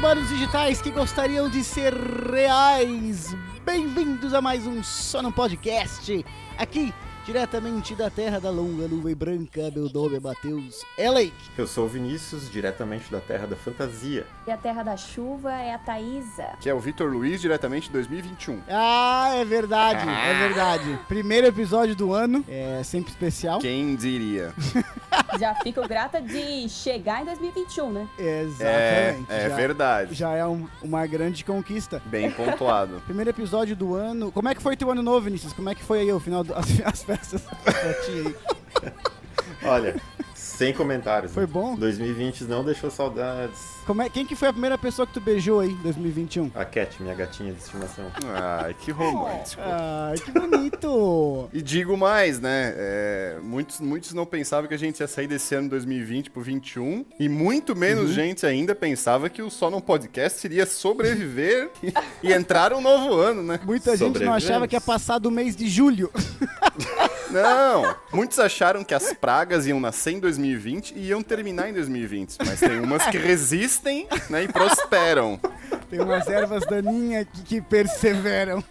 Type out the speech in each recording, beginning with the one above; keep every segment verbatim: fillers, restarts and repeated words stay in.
humanos digitais que gostariam de ser reais. Bem-vindos a mais um Só Não Podcast. Aqui, diretamente da terra da longa nuvem branca, meu nome é Matheus Elake. Eu sou o Vinícius, diretamente da terra da fantasia. E a terra da chuva é a Thaísa. Que é o Vitor Luiz, diretamente de dois mil e vinte e um. Ah, é verdade, ah. é verdade. Primeiro episódio do ano, é sempre especial. Quem diria? Já fico grata de chegar em dois mil e vinte e um, né? Exatamente. É, é já, verdade. Já é um, uma grande conquista. Bem pontuado. Primeiro episódio do ano. Como é que foi teu ano novo, Vinícius? Como é que foi aí o final das as festas pra ti aí? Olha, sem comentários. Foi né? bom? dois mil e vinte não deixou saudades. Como é, quem que foi a primeira pessoa que tu beijou aí em dois mil e vinte e um? A Cat, minha gatinha de estimação. Ai, que romântico. Ai, que bonito. E digo mais, né? É, muitos, muitos não pensavam que a gente ia sair desse ano dois mil e vinte pro vinte e um. E muito menos uhum. gente ainda pensava que o Só Não Podcast iria sobreviver e, e entrar um novo ano, né? Muita gente não achava que ia passar do mês de julho. Não, muitos acharam que as pragas iam nascer em dois mil e vinte e iam terminar em dois mil e vinte. Mas tem umas que resistem, né, e prosperam. Tem umas ervas daninhas que, que perseveram.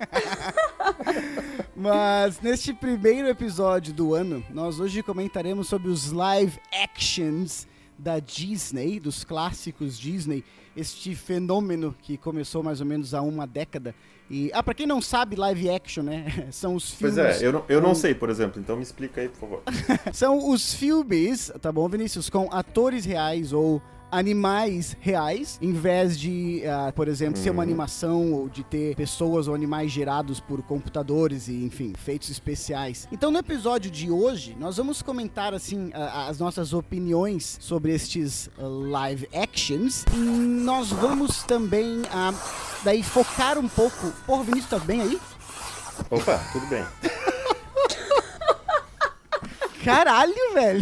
Mas neste primeiro episódio do ano, nós hoje comentaremos sobre os live actions da Disney, dos clássicos Disney, este fenômeno que começou mais ou menos há uma década. E, ah, pra quem não sabe, live action, né, são os filmes... Pois é, eu não, eu não sei, por exemplo, então me explica aí, por favor. São os filmes, tá bom, Vinícius, com atores reais ou animais reais, em vez de, uh, por exemplo, uhum. ser uma animação ou de ter pessoas ou animais gerados por computadores e, enfim, efeitos especiais. Então, no episódio de hoje, nós vamos comentar, assim, uh, as nossas opiniões sobre estes uh, live actions e nós vamos também, uh, daí, focar um pouco... Porra, Vinícius, tá bem aí? Opa, tudo bem. Caralho, velho!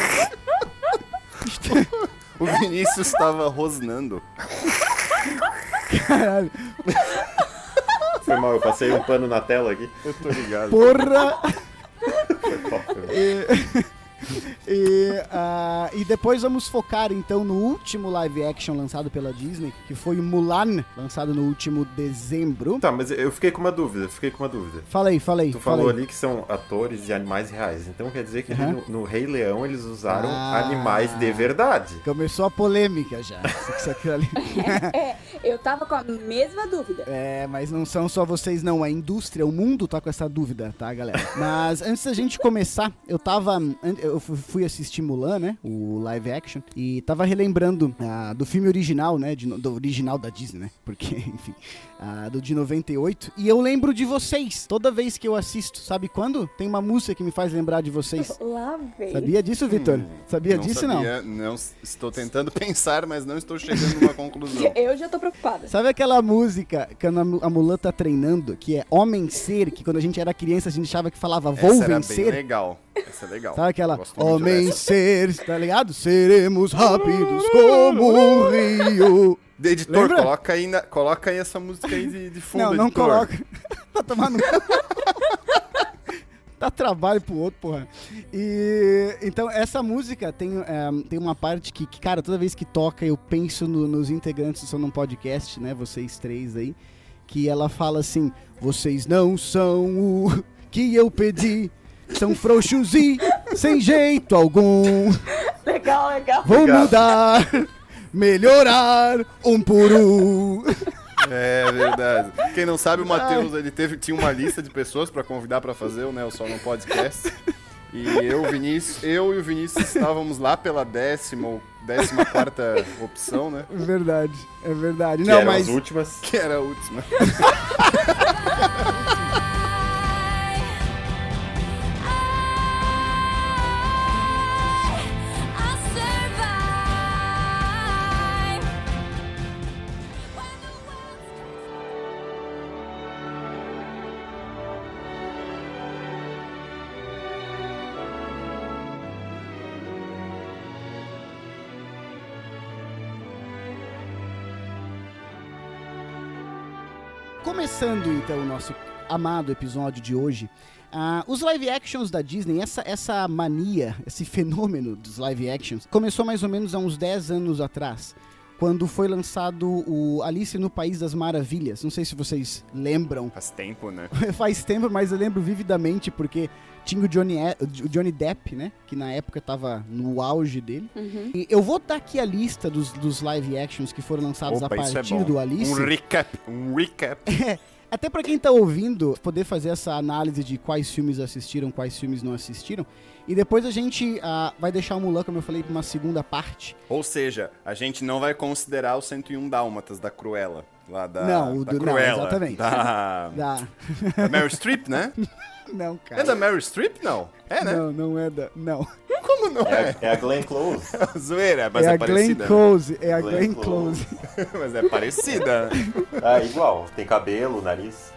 O Vinícius estava rosnando. Caralho. Foi mal, eu passei um pano na tela aqui. Eu tô ligado. Porra! Foi top, foi e, e, uh, e depois vamos focar então no último live action lançado pela Disney, que foi Mulan, lançado no último dezembro. Tá, mas eu fiquei com uma dúvida, fiquei com uma dúvida. Fala aí, fala aí. Tu falou fala aí. ali que são atores de animais reais, então quer dizer que uhum. no, no Rei Leão eles usaram ah, animais de verdade. Começou a polêmica já. Isso aqui ali. É, é, eu tava com a mesma dúvida. É, mas não são só vocês não, a indústria, o mundo tá com essa dúvida, tá, galera? Mas antes da gente começar, eu tava, eu fui assistir Mulan, né, o live action, e tava relembrando uh, do filme original, né, de, do original da Disney, né, porque, enfim, uh, do de noventa e oito, e eu lembro de vocês, toda vez que eu assisto, sabe quando? Tem uma música que me faz lembrar de vocês. Lá vem. Sabia disso, Vitor? Hum, sabia não disso, sabia, não? Não, estou tentando pensar, mas não estou chegando numa conclusão. Eu já tô preocupada. Sabe aquela música que a Mulan tá treinando, que é Homem Ser, que quando a gente era criança a gente achava que falava Vou Essa Vencer? Era bem legal. Essa é legal. Sabe aquela Homem Ser, tá ligado? Seremos rápidos como o rio. Editor, coloca aí, na, coloca aí essa música aí de, de fundo, Não, não editor. coloca. Tá tomando... Dá trabalho pro outro, porra. E então essa música tem, é, tem uma parte que, que, cara, toda vez que toca eu penso no, nos integrantes do Só Não Podcast, né, vocês três aí, que ela fala assim: vocês não são o que eu pedi, são frouxos e sem jeito algum. Legal, legal. Vou Obrigado. mudar, melhorar um por um. É verdade. Quem não sabe, o Matheus, ele teve, tinha uma lista de pessoas pra convidar pra fazer o, né, o Só Não Podcast. E eu, Vinícius, eu e o Vinícius estávamos lá pela décima ou décima quarta opção, né? É verdade, é verdade. Que Não, eram mas as últimas. Que era a última. Começando então o nosso amado episódio de hoje, uh, os live actions da Disney, essa, essa mania, esse fenômeno dos live actions, começou mais ou menos há uns dez anos atrás, quando foi lançado o Alice no País das Maravilhas. Não sei se vocês lembram. Faz tempo, né? Faz tempo, mas eu lembro vividamente porque tinha o Johnny, e- o Johnny Depp, né? Que na época tava no auge dele. Uhum. E eu vou dar aqui a lista dos, dos live actions que foram lançados Opa, a isso é partir bom. do Alice. Um recap, um recap. Até pra quem tá ouvindo, poder fazer essa análise de quais filmes assistiram, quais filmes não assistiram. E depois a gente ah, vai deixar o Mulan, como eu falei, pra uma segunda parte. Ou seja, a gente não vai considerar o cento e um Dálmatas da Cruella. Lá da, Não, o da do- não, Cruella. exatamente. Da, Da... da Meryl Streep, né? Não, cara. É da Meryl Streep? Não. É, né? Não, não é da... Não. Como não É, é? a- é a Glenn Close. Zoeira, mas é é, a Glenn parecida. né? Close. É a Glenn Glenn Close. Close. Mas é parecida. Ah, igual. Tem cabelo, nariz.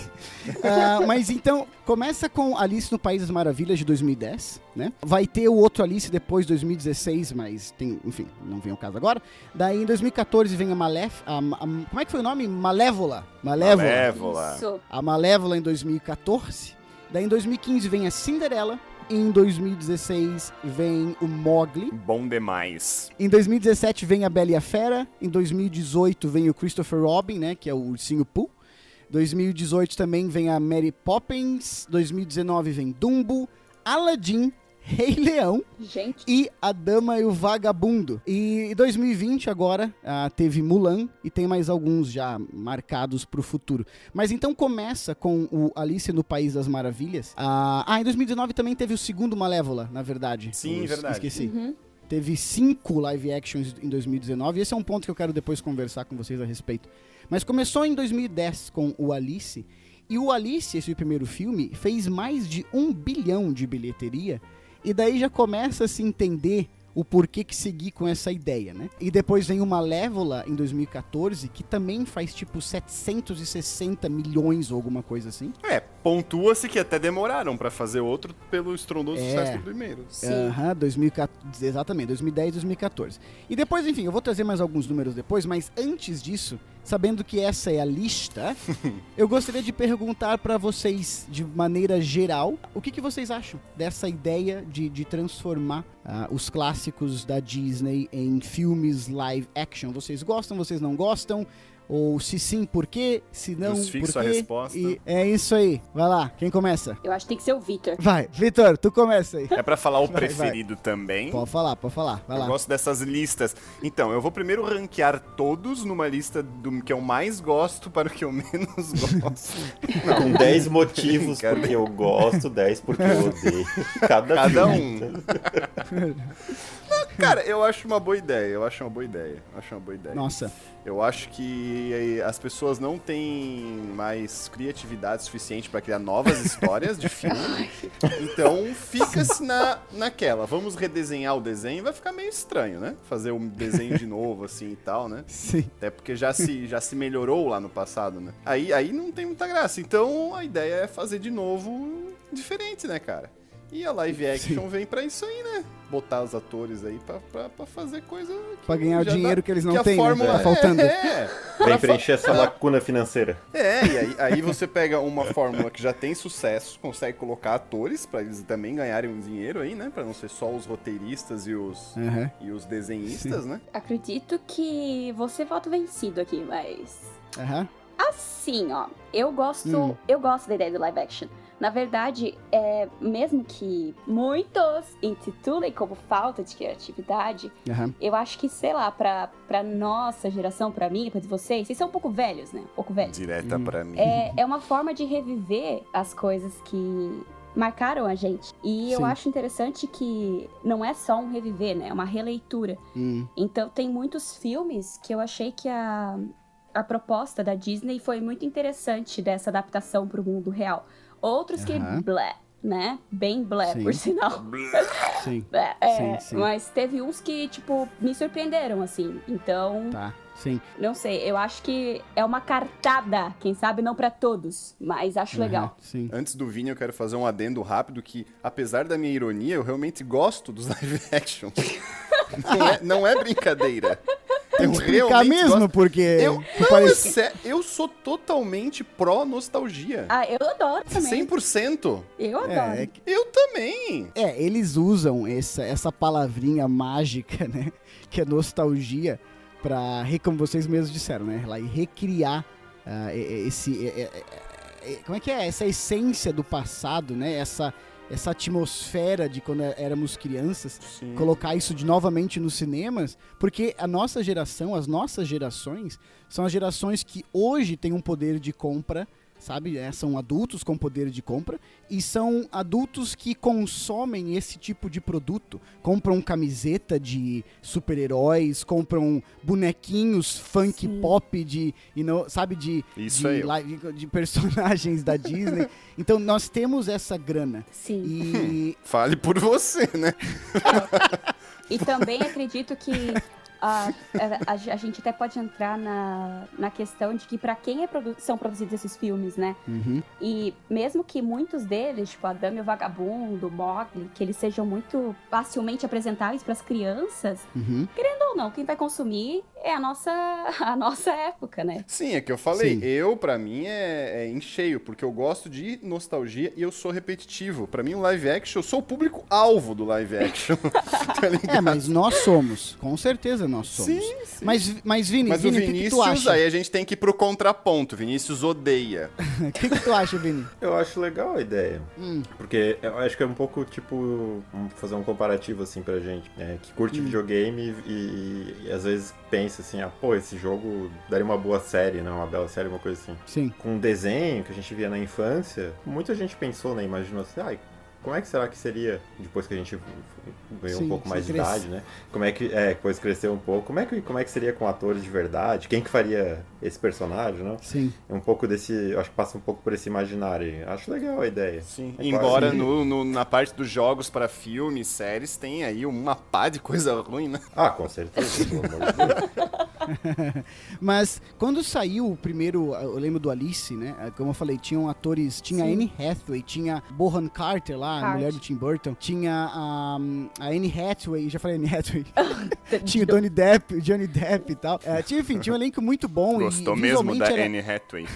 Ah, mas então, começa com Alice no País das Maravilhas de dois mil e dez, né? Vai ter o outro Alice depois de dois mil e dezesseis, mas tem, enfim, não vem ao caso agora. Daí em dois mil e quatorze vem a Malef... A, a- como é que foi o nome? Malévola. Malévola. Malévola. Isso. A Malévola em dois mil e quatorze. Daí em dois mil e quinze vem a Cinderela. Em dois mil e dezesseis vem o Mowgli. Bom demais. Em dois mil e dezessete vem a Bela e a Fera. Em dois mil e dezoito vem o Christopher Robin, né? Que é o Ursinho Pooh. dois mil e dezoito também vem a Mary Poppins. dois mil e dezenove vem Dumbo, Aladdin, Rei Leão Gente, e A Dama e o Vagabundo. E em dois mil e vinte agora ah, teve Mulan e tem mais alguns já marcados pro futuro. Mas então começa com o Alice no País das Maravilhas. Ah, ah, em dois mil e dezenove também teve o segundo Malévola, na verdade. Sim, Eu verdade. Esqueci. uhum. Teve cinco live actions em dois mil e dezenove. E esse é um ponto que eu quero depois conversar com vocês a respeito. Mas começou em dois mil e dez com o Alice. E o Alice, esse primeiro filme, fez mais de um bilhão de bilheteria. E daí já começa a se entender o porquê que seguir com essa ideia, né? E depois vem o Malévola em dois mil e quatorze, que também faz tipo setecentos e sessenta milhões ou alguma coisa assim. É, pontua-se que até demoraram pra fazer outro pelo estrondoso É. sucesso do primeiro. Sim. Aham, dois mil e quatorze, exatamente, dois mil e dez e dois mil e quatorze. E depois, enfim, eu vou trazer mais alguns números depois, mas antes disso, sabendo que essa é a lista, eu gostaria de perguntar pra vocês, de maneira geral, o que, que vocês acham dessa ideia de, de transformar ah, os clássicos da Disney em filmes live action? Vocês gostam, vocês não gostam? Ou se sim, por quê? Se não, Justifique por sua quê? resposta. E é isso aí. Vai lá, quem começa? Eu acho que tem que ser o Victor. Vai, Vitor, tu começa aí. É pra falar o Vai, preferido também. Pode falar, pode falar. Vai Eu lá. gosto dessas listas. Então, eu vou primeiro ranquear todos numa lista do que eu mais gosto para o que eu menos gosto. Com dez motivos Brincadeira. porque eu gosto, dez porque eu odeio. Cada, Cada filme. um. Cara, eu acho uma boa ideia. Eu acho uma boa ideia. Eu acho uma boa ideia. Nossa. Eu acho que eh, as pessoas não têm mais criatividade suficiente para criar novas histórias de filme. Então fica-se na, naquela. Vamos redesenhar o desenho. Vai ficar meio estranho, né? Fazer um desenho de novo assim e tal, né? Sim. Até porque já se, já se melhorou lá no passado, né? Aí, aí não tem muita graça. Então a ideia é fazer de novo diferente, né, cara? E a live action Sim. vem pra isso aí, né? Botar os atores aí pra, pra, pra fazer coisa... Que Pra ganhar o já dinheiro dá- que eles não a têm, né? fórmula- Tá faltando. É, é. Vem Pra fa- preencher essa lacuna financeira. É, e aí, aí você pega uma fórmula que já tem sucesso, consegue colocar atores pra eles também ganharem um dinheiro aí, né? Pra não ser só os roteiristas e os, Aham. e os desenhistas, né? Acredito que você volta vencido aqui, mas... Aham. Assim, ó, eu gosto, Hum. eu gosto da ideia do live action. Na verdade, é, mesmo que muitos intitulem como falta de criatividade, Aham. eu acho que, sei lá, pra, pra nossa geração, pra mim, pra vocês, vocês são um pouco velhos, né? Um pouco velhos. Direta Hum. pra mim. É, é uma forma de reviver as coisas que marcaram a gente. E eu Sim. acho interessante que não é só um reviver, né? É uma releitura. Hum. Então tem muitos filmes que eu achei que a, a proposta da Disney foi muito interessante dessa adaptação pro mundo real. Outros que Aham. blé, né? Bem blé, Sim. por sinal. Sim. É, é, Sim, sim. Mas teve uns que, tipo, me surpreenderam, assim. Então, Tá. Sim. não sei, eu acho que é uma cartada, quem sabe não pra todos, mas acho legal. Aham. Sim. Antes do Vini, eu quero fazer um adendo rápido que, apesar da minha ironia, eu realmente gosto dos live action. não, é, não é brincadeira. Tem Eu que explicar realmente mesmo, gosto. porque... Eu, que não, parece- é sé- eu sou totalmente pró-nostalgia. Ah, eu adoro também. cem por cento. Eu adoro. É, é, que- Eu também. é, eles usam essa, essa palavrinha mágica, né? Que é nostalgia, pra, re- como vocês mesmos disseram, né? Lá e recriar uh, esse... É, é, é, como é que é? Essa essência do passado, né? Essa, essa atmosfera de quando éramos crianças. Sim. Colocar isso de novamente nos cinemas, porque a nossa geração, as nossas gerações, são as gerações que hoje têm um poder de compra, sabe? É, são adultos com poder de compra e são adultos que consomem esse tipo de produto. Compram camiseta de super-heróis, compram bonequinhos funk Sim. pop de, you know, sabe, de, Isso de, aí. live- de personagens da Disney. Então nós temos essa grana. Sim. E Fale por você, né? E também acredito que a, a, a gente até pode entrar na, na questão de que para quem é produ- são produzidos esses filmes, né? Uhum. E mesmo que muitos deles, tipo a Dama e o Vagabundo, Mowgli, que eles sejam muito facilmente apresentáveis para as crianças, Uhum. querendo ou não, quem vai consumir é a nossa, a nossa época, né? Sim, é que eu falei, Sim. eu, pra mim, é, é em cheio, porque eu gosto de nostalgia e eu sou repetitivo. Pra mim, o live action, eu sou o público-alvo do live action. Tá ligado? É, mas nós somos. Com certeza nós somos. Sim, sim. Mas, mas Vini, Mas Vini, o o que, que tu Vinícius, acha? aí a gente tem que ir pro contraponto. Vinícius odeia. O que, que tu acha, Vini? Eu acho legal a ideia. Hum. Porque eu acho que é um pouco tipo. Vamos fazer um comparativo assim pra gente. É, que curte videogame e, e- e às vezes pensa assim: ah, pô, esse jogo daria uma boa série, né? Uma bela série, uma coisa assim. Sim. Com um desenho que a gente via na infância, muita gente pensou, né? Imaginou assim: ah, como é que será que seria depois que a gente ganhou Sim, um pouco sim, mais de cresce. idade, né? Como é que, é, depois cresceu um pouco, como é que, como é que seria com atores de verdade? Quem que faria esse personagem, não? Sim. É um pouco desse, eu acho que passa um pouco por esse imaginário. Acho legal a ideia. Sim. É Embora quase- no, no- na parte dos jogos pra filmes, séries, tem aí uma pá de coisa ruim, né? Ah, com certeza, pelo amor de Deus. Mas quando saiu o primeiro, eu lembro do Alice, né? Como eu falei, tinham atores, tinha a Sim. Anne Hathaway, tinha Bohan Carter lá, a Carter. mulher do Tim Burton, tinha a, a Anne Hathaway, já falei Anne Hathaway, tinha o Johnny Depp, Johnny Depp e tal. É, tinha, enfim, tinha um elenco muito bom Gostou e mesmo visualmente da era, Anne Hathaway.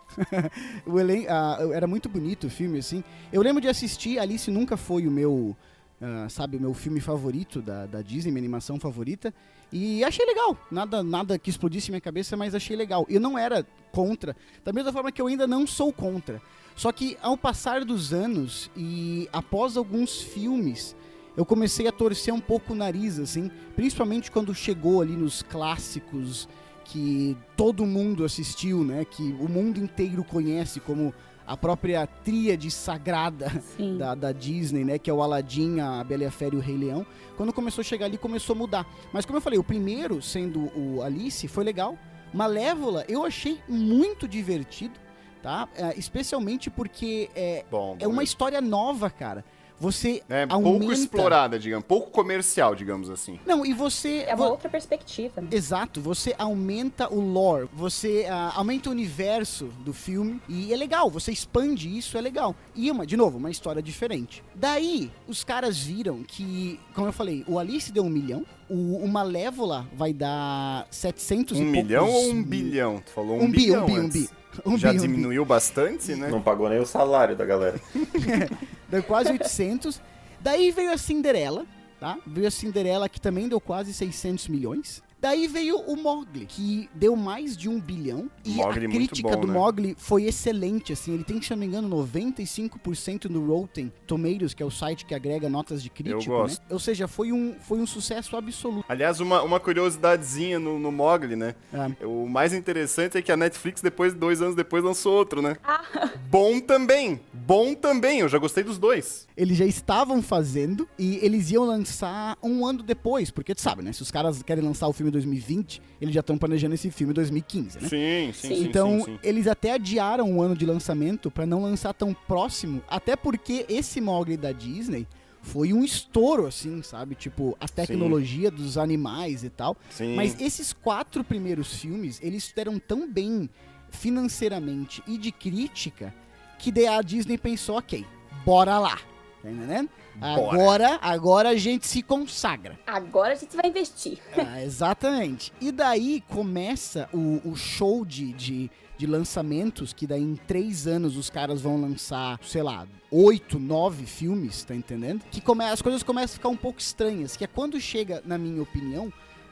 o elen ah, era muito bonito o filme, assim. Eu lembro de assistir, Alice nunca foi o meu, ah, sabe, o meu filme favorito da, da Disney, minha animação favorita. E achei legal. Nada, nada que explodisse minha cabeça, mas achei legal. Eu não era contra, da mesma forma que eu ainda não sou contra. Só que ao passar dos anos e após alguns filmes, eu comecei a torcer um pouco o nariz, assim. Principalmente quando chegou ali nos clássicos que todo mundo assistiu, né? Que o mundo inteiro conhece como a própria tríade sagrada Sim. da, da Disney, né? Que é o Aladdin, a Bela e a Fera e o Rei Leão. Quando começou a chegar ali, começou a mudar. Mas como eu falei, o primeiro, sendo o Alice, foi legal. Malévola, eu achei muito divertido, tá? É, especialmente porque é, Bom, é uma história nova, cara. Você É aumenta... pouco explorada, digamos. Pouco comercial, digamos assim. Não, e você... É uma vo- outra perspectiva, né? Exato, você aumenta o lore, você ah, aumenta o universo do filme e é legal, você expande isso, é legal. E, uma, de novo, uma história diferente. Daí, os caras viram que, como eu falei, o Alice deu um milhão, o, o Malévola vai dar setecentos Um e milhão poucos ou um bilhão? Tu falou um, Um bi, bilhão um bi, um antes. bi. Um Já bi, um bi. diminuiu bastante, né? Não pagou nem o salário da galera. Deu quase oitocentos. Daí veio a Cinderela, tá? Veio a Cinderela, que também deu quase seiscentos milhões. Daí veio o Mowgli, que deu mais de um bilhão. E Mowgli a muito crítica bom, do né? Mowgli foi excelente, assim. Ele tem, se não me engano, noventa e cinco por cento no Rotten Tomatoes, que é o site que agrega notas de crítico, gosto. né? Ou seja, foi um, foi um sucesso absoluto. Aliás, uma, uma curiosidadezinha no, no Mowgli, né? É. O mais interessante é que a Netflix, depois, dois anos depois, lançou outro, né? Bom também. Bom também. Eu já gostei dos dois. Eles já estavam fazendo e eles iam lançar um ano depois, porque tu sabe, né? Se os caras querem lançar o filme em dois mil e vinte, eles já estão planejando esse filme em dois mil e quinze, né? Sim, sim, Sim. sim. Então, sim, sim. eles até adiaram o ano de lançamento pra não lançar tão próximo, até porque esse Mowgli da Disney foi um estouro, assim, sabe? Tipo, a tecnologia dos animais e tal. Sim. Mas esses quatro primeiros filmes, eles deram tão bem financeiramente e de crítica que daí a Disney pensou, ok, bora lá, tá entendendo? Bora. Agora, agora a gente se consagra. Agora a gente vai investir. Ah, exatamente. E daí começa o, o show de, de, de lançamentos, que daí em três anos os caras vão lançar, sei lá, oito, nove filmes, tá entendendo? Que come, as coisas começam a ficar um pouco estranhas, que é quando chega, na minha opinião,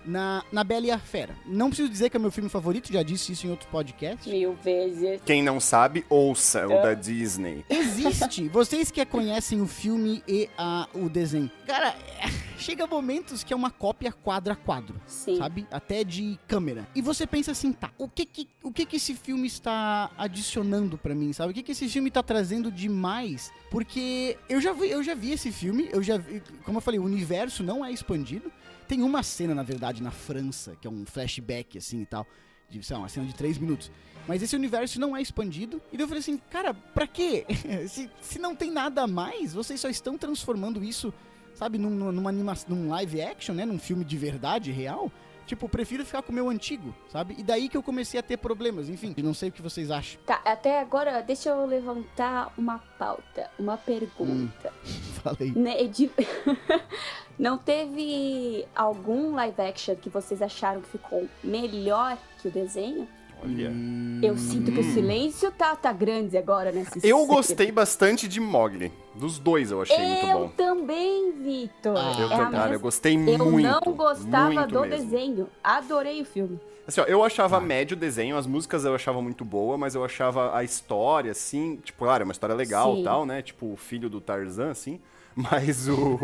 na, na Bela e a Fera. Não preciso dizer que é meu filme favorito, já disse isso em outros podcasts. Mil vezes. Quem não sabe, ouça o da Disney. Existe. Vocês que conhecem o filme e a, o desenho. Cara, chega momentos que é uma cópia quadro a quadro. Sim. Sabe? Até de câmera. E você pensa assim, tá, o que que, o que, que esse filme está adicionando pra mim, sabe? O que que esse filme tá trazendo demais? Porque eu já vi, eu já vi esse filme, eu já vi, como eu falei, o universo não é expandido. Tem uma cena, na verdade, na França, que é um flashback, assim, e tal. De, sei lá, uma cena de três minutos. Mas esse universo não é expandido. E daí eu falei assim, cara, pra quê? se, se não tem nada a mais, vocês só estão transformando isso, sabe, num, numa animação, num live action, né? Num filme de verdade, real. Tipo, eu prefiro ficar com o meu antigo, sabe? E daí que eu comecei a ter problemas. Enfim, não sei o que vocês acham. Tá, até agora, deixa eu levantar uma pauta, uma pergunta. Hum, falei. Né, de... Não teve algum live action que vocês acharam que ficou melhor que o desenho? Olha. Hum, Eu sinto que o silêncio tá, tá grande agora nesse Eu gostei bastante de Mowgli. Dos dois eu achei muito Eu bom. também, Vitor. Ah, Eu, É a cara, mesma- eu gostei Eu muito. não gostava muito do mesmo. desenho. Adorei o filme. Assim, ó, eu achava médio o desenho, as músicas eu achava muito boa, mas eu achava a história, assim, tipo, claro, é uma história legal e Sim. tal, né? Tipo, o filho do Tarzan, assim. Mas o.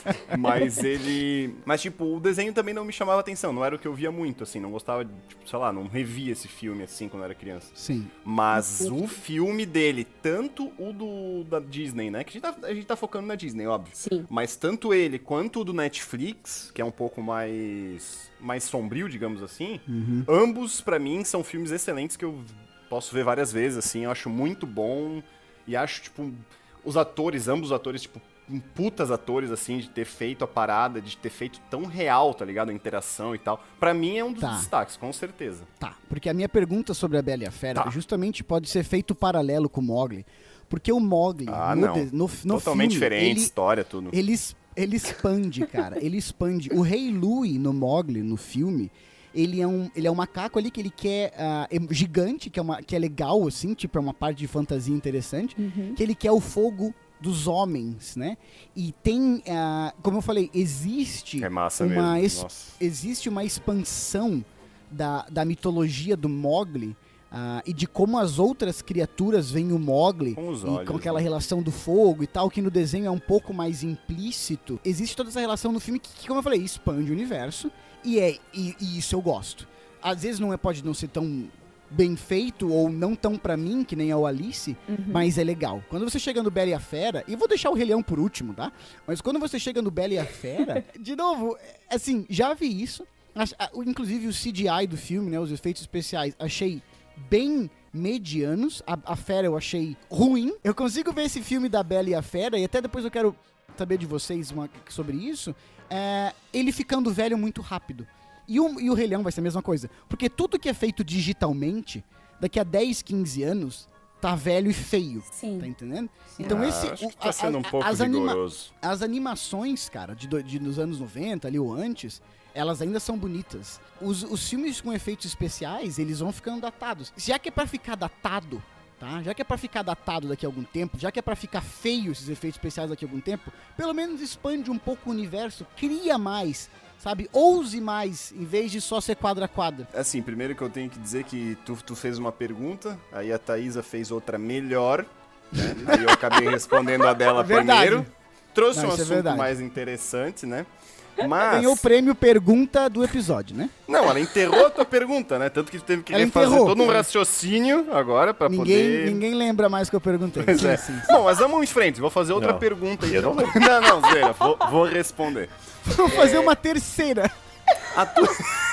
Mas ele. Mas, tipo, o desenho também não me chamava atenção, não era o que eu via muito, assim, não gostava, tipo, sei lá, não revia esse filme assim quando eu era criança. Sim. Mas o filme dele, tanto o do da Disney, né? Que a gente tá, a gente tá focando na Disney, óbvio. Sim. Mas tanto ele quanto o do Netflix, que é um pouco mais mais sombrio, digamos assim, ambos pra mim são filmes excelentes que eu posso ver várias vezes, assim, eu acho muito bom e acho, tipo, os atores, ambos os atores, tipo, putas atores, assim, de ter feito a parada, de ter feito tão real, tá ligado? A interação e tal. Pra mim é um dos Tá. destaques, com certeza. Tá, porque a minha pergunta sobre a Bela e a Fera Tá. justamente pode ser feito paralelo com o Mowgli. Porque o Mowgli, Ah, no, não. de- no, no Totalmente filme, diferente, ele, história, tudo. ele, es- ele expande, cara. Ele expande. O Rei Louie no Mowgli, no filme, ele é um, ele é um macaco ali que ele quer ah, é gigante, que é, uma, que é legal, assim, tipo, é uma parte de fantasia interessante, que ele quer o fogo dos homens, né? E tem, ah, como eu falei, existe É massa uma mesmo. es- Nossa. existe uma expansão da, da mitologia do Mowgli ah, e de como as outras criaturas veem o Mowgli Com os e olhos, com aquela né? relação do fogo e tal, que no desenho é um pouco mais implícito. Existe toda essa relação no filme que, que, como eu falei, expande o universo e, é, e, e isso eu gosto. Às vezes não é, pode não ser tão bem feito ou não tão pra mim, que nem é o Alice, mas é legal. Quando você chega no Bela e a Fera, e eu vou deixar o Rei Leão por último, tá? Mas quando você chega no Bela e a Fera, de novo, é, assim, já vi isso. Ach- a- o- Inclusive o C G I do filme, né, os efeitos especiais, achei bem medianos. A, a Fera eu achei ruim. Eu consigo ver esse filme da Bela e a Fera, e até depois eu quero saber de vocês uma- sobre isso, é, ele ficando velho muito rápido. E o, e o Rei Leão vai ser a mesma coisa. Porque tudo que é feito digitalmente, daqui a dez, quinze anos, tá velho e feio. Sim. Tá entendendo? Sim. Então Ah, esse... acho o- que tá a- sendo um a- pouco as anima- rigoroso. as animações, cara, de, do- de- dos anos noventa ali ou antes, elas ainda são bonitas. Os, os filmes com efeitos especiais, eles vão ficando datados. Já que é pra ficar datado, tá? Já que é pra ficar datado daqui a algum tempo, já que é pra ficar feio esses efeitos especiais daqui a algum tempo, pelo menos expande um pouco o universo, cria mais, sabe? Ouse mais, em vez de só ser quadro a quadro. Assim, primeiro que eu tenho que dizer que tu, tu fez uma pergunta, aí a Thaísa fez outra melhor, né? Aí eu acabei respondendo a dela Verdade. primeiro. Trouxe Não, um isso é assunto verdade. mais interessante, né? Mas... Ganhou o prêmio pergunta do episódio, né? Não, ela enterrou a tua pergunta, né? Tanto que tu teve que Ela refazer enterrou. todo um raciocínio agora pra Ninguém, poder... ninguém lembra mais que eu perguntei. Pois Sim, é. sim, sim. Bom, mas vamos em frente, vou fazer outra Não. pergunta aí. Eu não lembro. Não, não, Zera, vou, vou responder. Vou fazer uma terceira. A tua,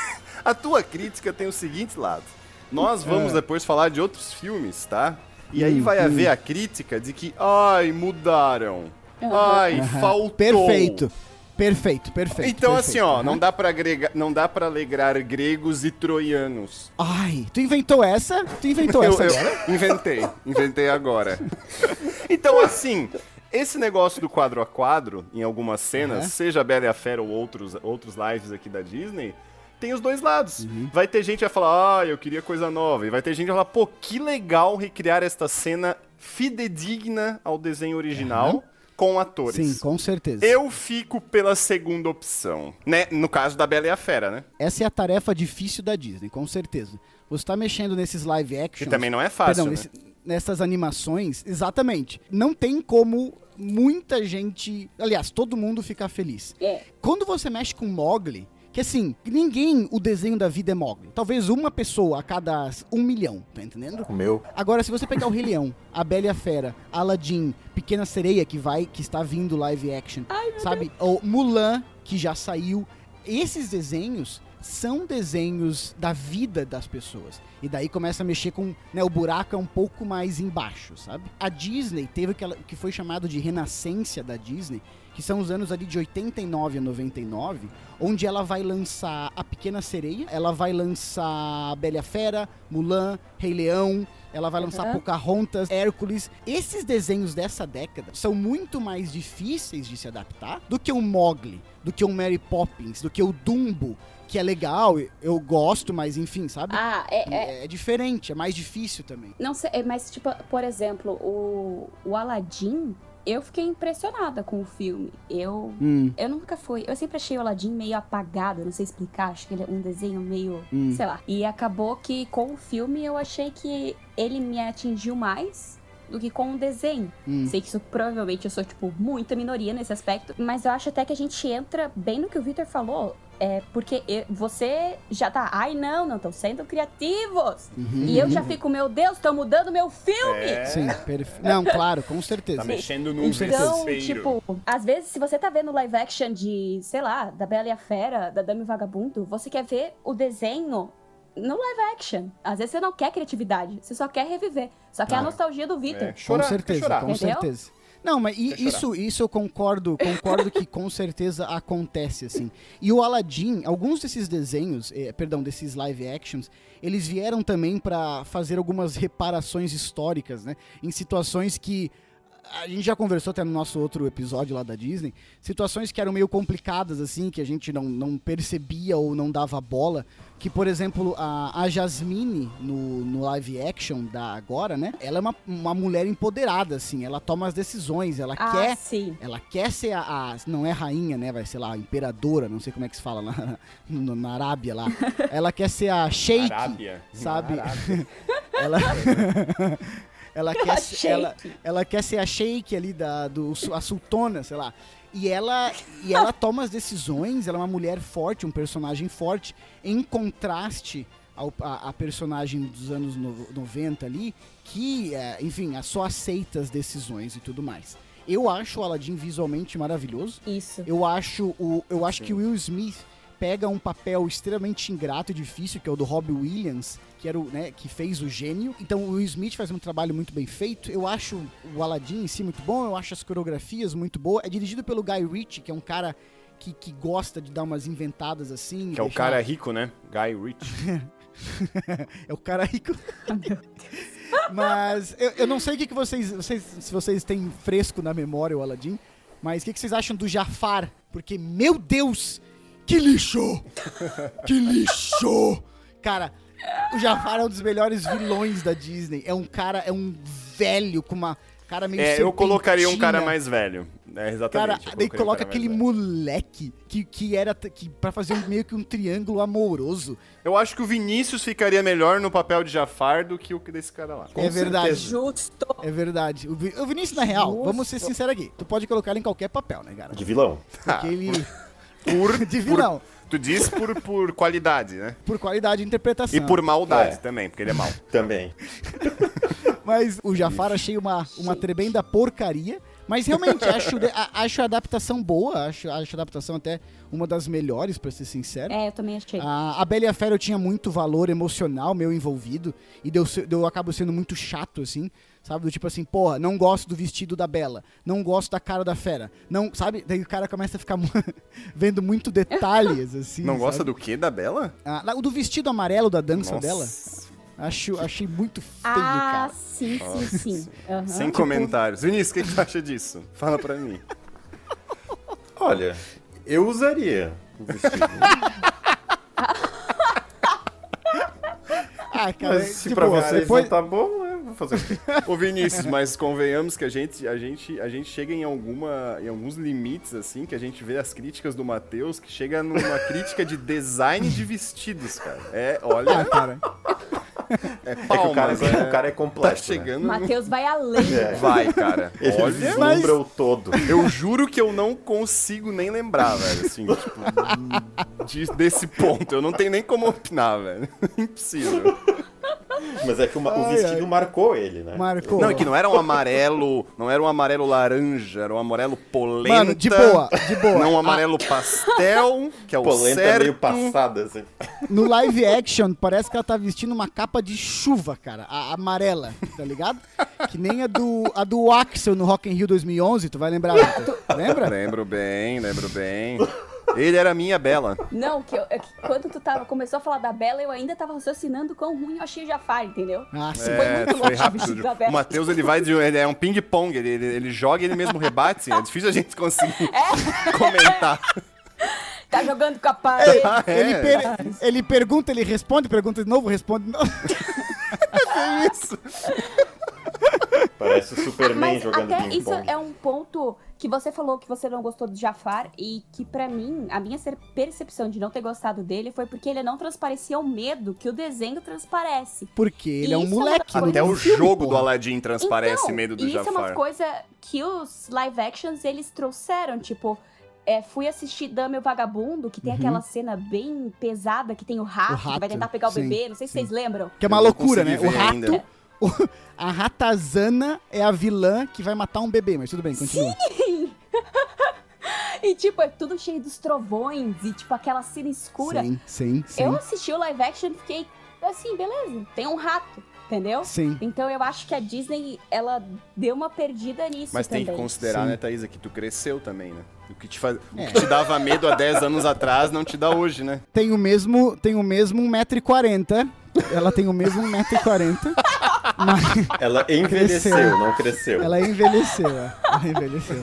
a tua crítica tem o seguinte lado. Nós vamos É. depois falar de outros filmes, tá? E aí Hum, vai hum. haver a crítica de que, ai, mudaram. Ai, Aham. faltou. Perfeito. Perfeito, perfeito. Então, perfeito. assim, ó, Aham. não dá pra agregar, não dá para alegrar gregos e troianos. Ai, tu inventou essa? Tu inventou Eu, essa eu agora? inventei, inventei agora. Então, assim, esse negócio do quadro a quadro, em algumas cenas, Aham. seja a Bela e a Fera ou outros, outros lives aqui da Disney, tem os dois lados. Uhum. Vai ter gente que vai falar, ah, eu queria coisa nova. E vai ter gente que vai falar, pô, que legal recriar esta cena fidedigna ao desenho original, Uhum. com atores. Sim, com certeza. Eu fico pela segunda opção, né? No caso da Bela e a Fera, né? Essa é a tarefa difícil da Disney, com certeza. Você tá mexendo nesses live Que actions... também não é fácil, Perdão, né? nesse- nessas animações, exatamente. Não tem como muita gente... Aliás, todo mundo ficar feliz. É. Quando você mexe com Mowgli, que assim, ninguém, o desenho da vida é Mowgli. Talvez uma pessoa a cada um milhão, tá entendendo? O meu. Agora, se você pegar o Rei Leão, a Bela e a Fera, Aladdin, Pequena Sereia, que vai, que está vindo live action, sabe? Ou Mulan, que já saiu. Esses desenhos são desenhos da vida das pessoas. E daí começa a mexer com, né, o buraco é um pouco mais embaixo, sabe? A Disney teve aquela, o que foi chamado de renascença da Disney, que são os anos ali de oitenta e nove a noventa e nove, onde ela vai lançar A Pequena Sereia, ela vai lançar Bela e a Fera, Mulan, Rei Leão, ela vai lançar Uhum. Pocahontas, Hércules. Esses desenhos dessa década são muito mais difíceis de se adaptar do que o Mowgli, do que o Mary Poppins, do que o Dumbo, que é legal, eu gosto, mas enfim, sabe? Ah, é, é, É diferente, é mais difícil também. não sei, é, mas tipo, por exemplo, o, o Aladdin, eu fiquei impressionada com o filme. Eu, Hum, eu nunca fui, eu sempre achei o Aladdin meio apagado, não sei explicar, acho que ele é um desenho meio, Hum. sei lá. E acabou que com o filme eu achei que ele me atingiu mais do que com o desenho. hum. Sei que isso provavelmente eu sou, tipo, muita minoria nesse aspecto, mas eu acho até que a gente entra bem no que o Victor falou. É porque eu- você já tá, ai não, não estão sendo criativos. Uhum. E eu já fico, meu Deus, estão mudando meu filme. É, Sim, perfe... Não, claro, com certeza. tá mexendo num Então, desespero. tipo, às vezes, se você tá vendo live action de, sei lá, da Bela e a Fera, da Dama e o Vagabundo, você quer ver o desenho no live action. Às vezes você não quer criatividade, você só quer reviver. Só quer a nostalgia do Victor. É, chorar, com certeza, quer chorar. com Entendeu? certeza. Não, mas i- Quer chorar. isso, isso eu concordo, concordo que com certeza acontece, assim. E o Aladdin, alguns desses desenhos, eh, perdão, desses live actions, eles vieram também pra fazer algumas reparações históricas, né? Em situações que a gente já conversou até no nosso outro episódio lá da Disney, situações que eram meio complicadas, assim, que a gente não, não percebia ou não dava bola, que, por exemplo, a, a Jasmine, no, no live action da agora, né, ela é uma, uma mulher empoderada, assim, ela toma as decisões, ela Ah, quer... sim. Ela quer ser a, a- não é rainha, né? Vai ser lá, a imperadora, não sei como é que se fala lá no- na Arábia lá. Ela quer ser a sheik, Arábia. sabe? Arábia. Ela, ela, quer, A ser- ela, sheik. ela quer ser a sheik ali, da, do, a sultana, sei lá. E ela, e ela toma as decisões, ela é uma mulher forte, um personagem forte, em contraste ao, a, a personagem dos anos no- noventa ali, que, é, enfim, só aceita as decisões e tudo mais. Eu acho o Aladdin visualmente maravilhoso. Isso. Eu acho, o, eu acho que o Will Smith pega um papel extremamente ingrato e difícil, que é o do Robbie Williams, que, era o, né, que fez o gênio. Então o Will Smith faz um trabalho muito bem feito. Eu acho o Aladdin em si muito bom, eu acho as coreografias muito boas. É dirigido pelo Guy Ritchie, que é um cara que, que gosta de dar umas inventadas assim. Que é o deixar- cara rico, né? Guy Ritchie. É o cara rico. Meu Deus. Mas eu, eu não sei o que, que vocês, vocês. Se vocês têm fresco na memória o Aladdin. Mas o que, que vocês acham do Jafar? Porque, meu Deus! Que lixo! Que lixo! Cara, o Jafar é um dos melhores vilões da Disney. É um cara, é um velho com uma cara meio É, eu colocaria um cara serpentina. mais velho. É, Cara, exatamente. eu daí colocaria um coloca cara mais aquele velho. moleque que, que era t- que, pra fazer um- meio que um triângulo amoroso. Eu acho que o Vinícius ficaria melhor no papel de Jafar do que o que desse cara lá. Com é verdade. certeza. Justo. É verdade. O, Vi- o Vinícius, na real, Justo. vamos ser sinceros aqui. Tu pode colocar ele em qualquer papel, né, cara? De vilão. Porque ele. Por, De por, vilão. tu diz por, por qualidade, né? Por qualidade de interpretação. E por maldade É. também, porque ele é mau. Também. Mas o Jafar achei uma, uma tremenda porcaria. Mas realmente acho, de- a- acho a adaptação boa. Acho, acho a adaptação até uma das melhores, pra ser sincero. É, eu também achei. A, a Bela e a Fera eu tinha muito valor emocional meu envolvido. E deu, se- eu acabo sendo muito chato, assim. Sabe? Do tipo assim, porra, não gosto do vestido da Bela. Não gosto da cara da Fera. Não, sabe? Daí o cara começa a ficar mu- vendo muito detalhes, assim. Não gosta sabe? do quê? Da Bela? Ah, lá, o do vestido amarelo da dança Nossa. dela. Acho, achei muito feio, Ah, cara. sim, sim, sim. Aham. Sem comentários. Vinícius, o que, que tu acha disso? Fala pra mim. Olha, eu usaria o vestido. Ah, cara, Mas se tipo, pra vocês depois, não tá bom, né? vou fazer o quê? Ô Vinícius, mas convenhamos que a gente, a gente, a gente chega em, alguma, em alguns limites, assim, que a gente vê as críticas do Matheus, que chega numa crítica de design de vestidos, cara. É, olha... Ah, cara. É É que o cara, palmas, é, é, o cara é completo, Tá chegando... O Matheus vai além. É. Vai, cara. Ele Olha... vislumbra o todo. Eu juro que eu não consigo nem lembrar, velho, assim, tipo, de- desse ponto. Eu não tenho nem como opinar, velho. Impossível. Mas é que o, ma- o Ai, vestido ai. marcou ele, né? Marcou. Não, é que não era um amarelo, não era um amarelo laranja, era um amarelo polenta. Mano, de boa, de boa. Não um amarelo pastel, que é o Polenta certo. meio passada, assim. No live action, parece que ela tá vestindo uma capa de chuva, cara. A amarela, tá ligado? Que nem a do, a do Axel no Rock in Rio dois mil e onze, tu vai lembrar, Vitor? Lembra? Lembro bem, lembro bem. Ele era minha Bela. Não, que, eu, é que quando tu tava, começou a falar da Bela, eu ainda tava raciocinando quão ruim eu achei o Jafar, entendeu? Ah, sim. Foi É, muito foi longe o rápido. vestido da Bela. O Matheus, ele vai de... Ele é um ping-pong, ele, ele, ele joga e ele mesmo rebate, assim, é difícil a gente conseguir comentar. Tá jogando com a parede. Ah, é? Ele, per- ele pergunta, ele responde, pergunta de novo, responde de novo. É isso. Parece o Superman Mas jogando até isso ping-pong. é um ponto que você falou que você não gostou do Jafar e que pra mim, a minha ser- percepção de não ter gostado dele foi porque ele não transparecia o medo que o desenho transparece. Porque ele é um Isso é uma moleque. coisa- Até no o filme, jogo do porra. Aladdin transparece Então, medo do isso Jafar. é uma coisa que os live actions eles trouxeram, tipo, é, fui assistir Dama e o Vagabundo, que tem Uhum. aquela cena bem pesada que tem o rato, O rato, que vai tentar pegar o sim, bebê, não sei se sim. vocês lembram. Que é uma Eu não loucura, né? consegui O ver rato. ainda. o- a ratazana é a vilã que vai matar um bebê, mas tudo bem, continua. E tipo, é tudo cheio dos trovões e tipo aquela cena escura. Sim, sim, sim. Eu assisti o live action e fiquei assim, beleza, tem um rato, entendeu? Sim. Então eu acho que a Disney, ela deu uma perdida nisso Mas tem também. que considerar, Sim. né, Thaisa, que tu cresceu também, né? O que, te faz... É. o que te dava medo há dez anos atrás não te dá hoje, né? Tem o mesmo, tem o mesmo um metro e quarenta. Ela tem o mesmo um metro e quarenta. Mas Ela envelheceu, Cresceu. não cresceu. ela envelheceu, é. Ela envelheceu.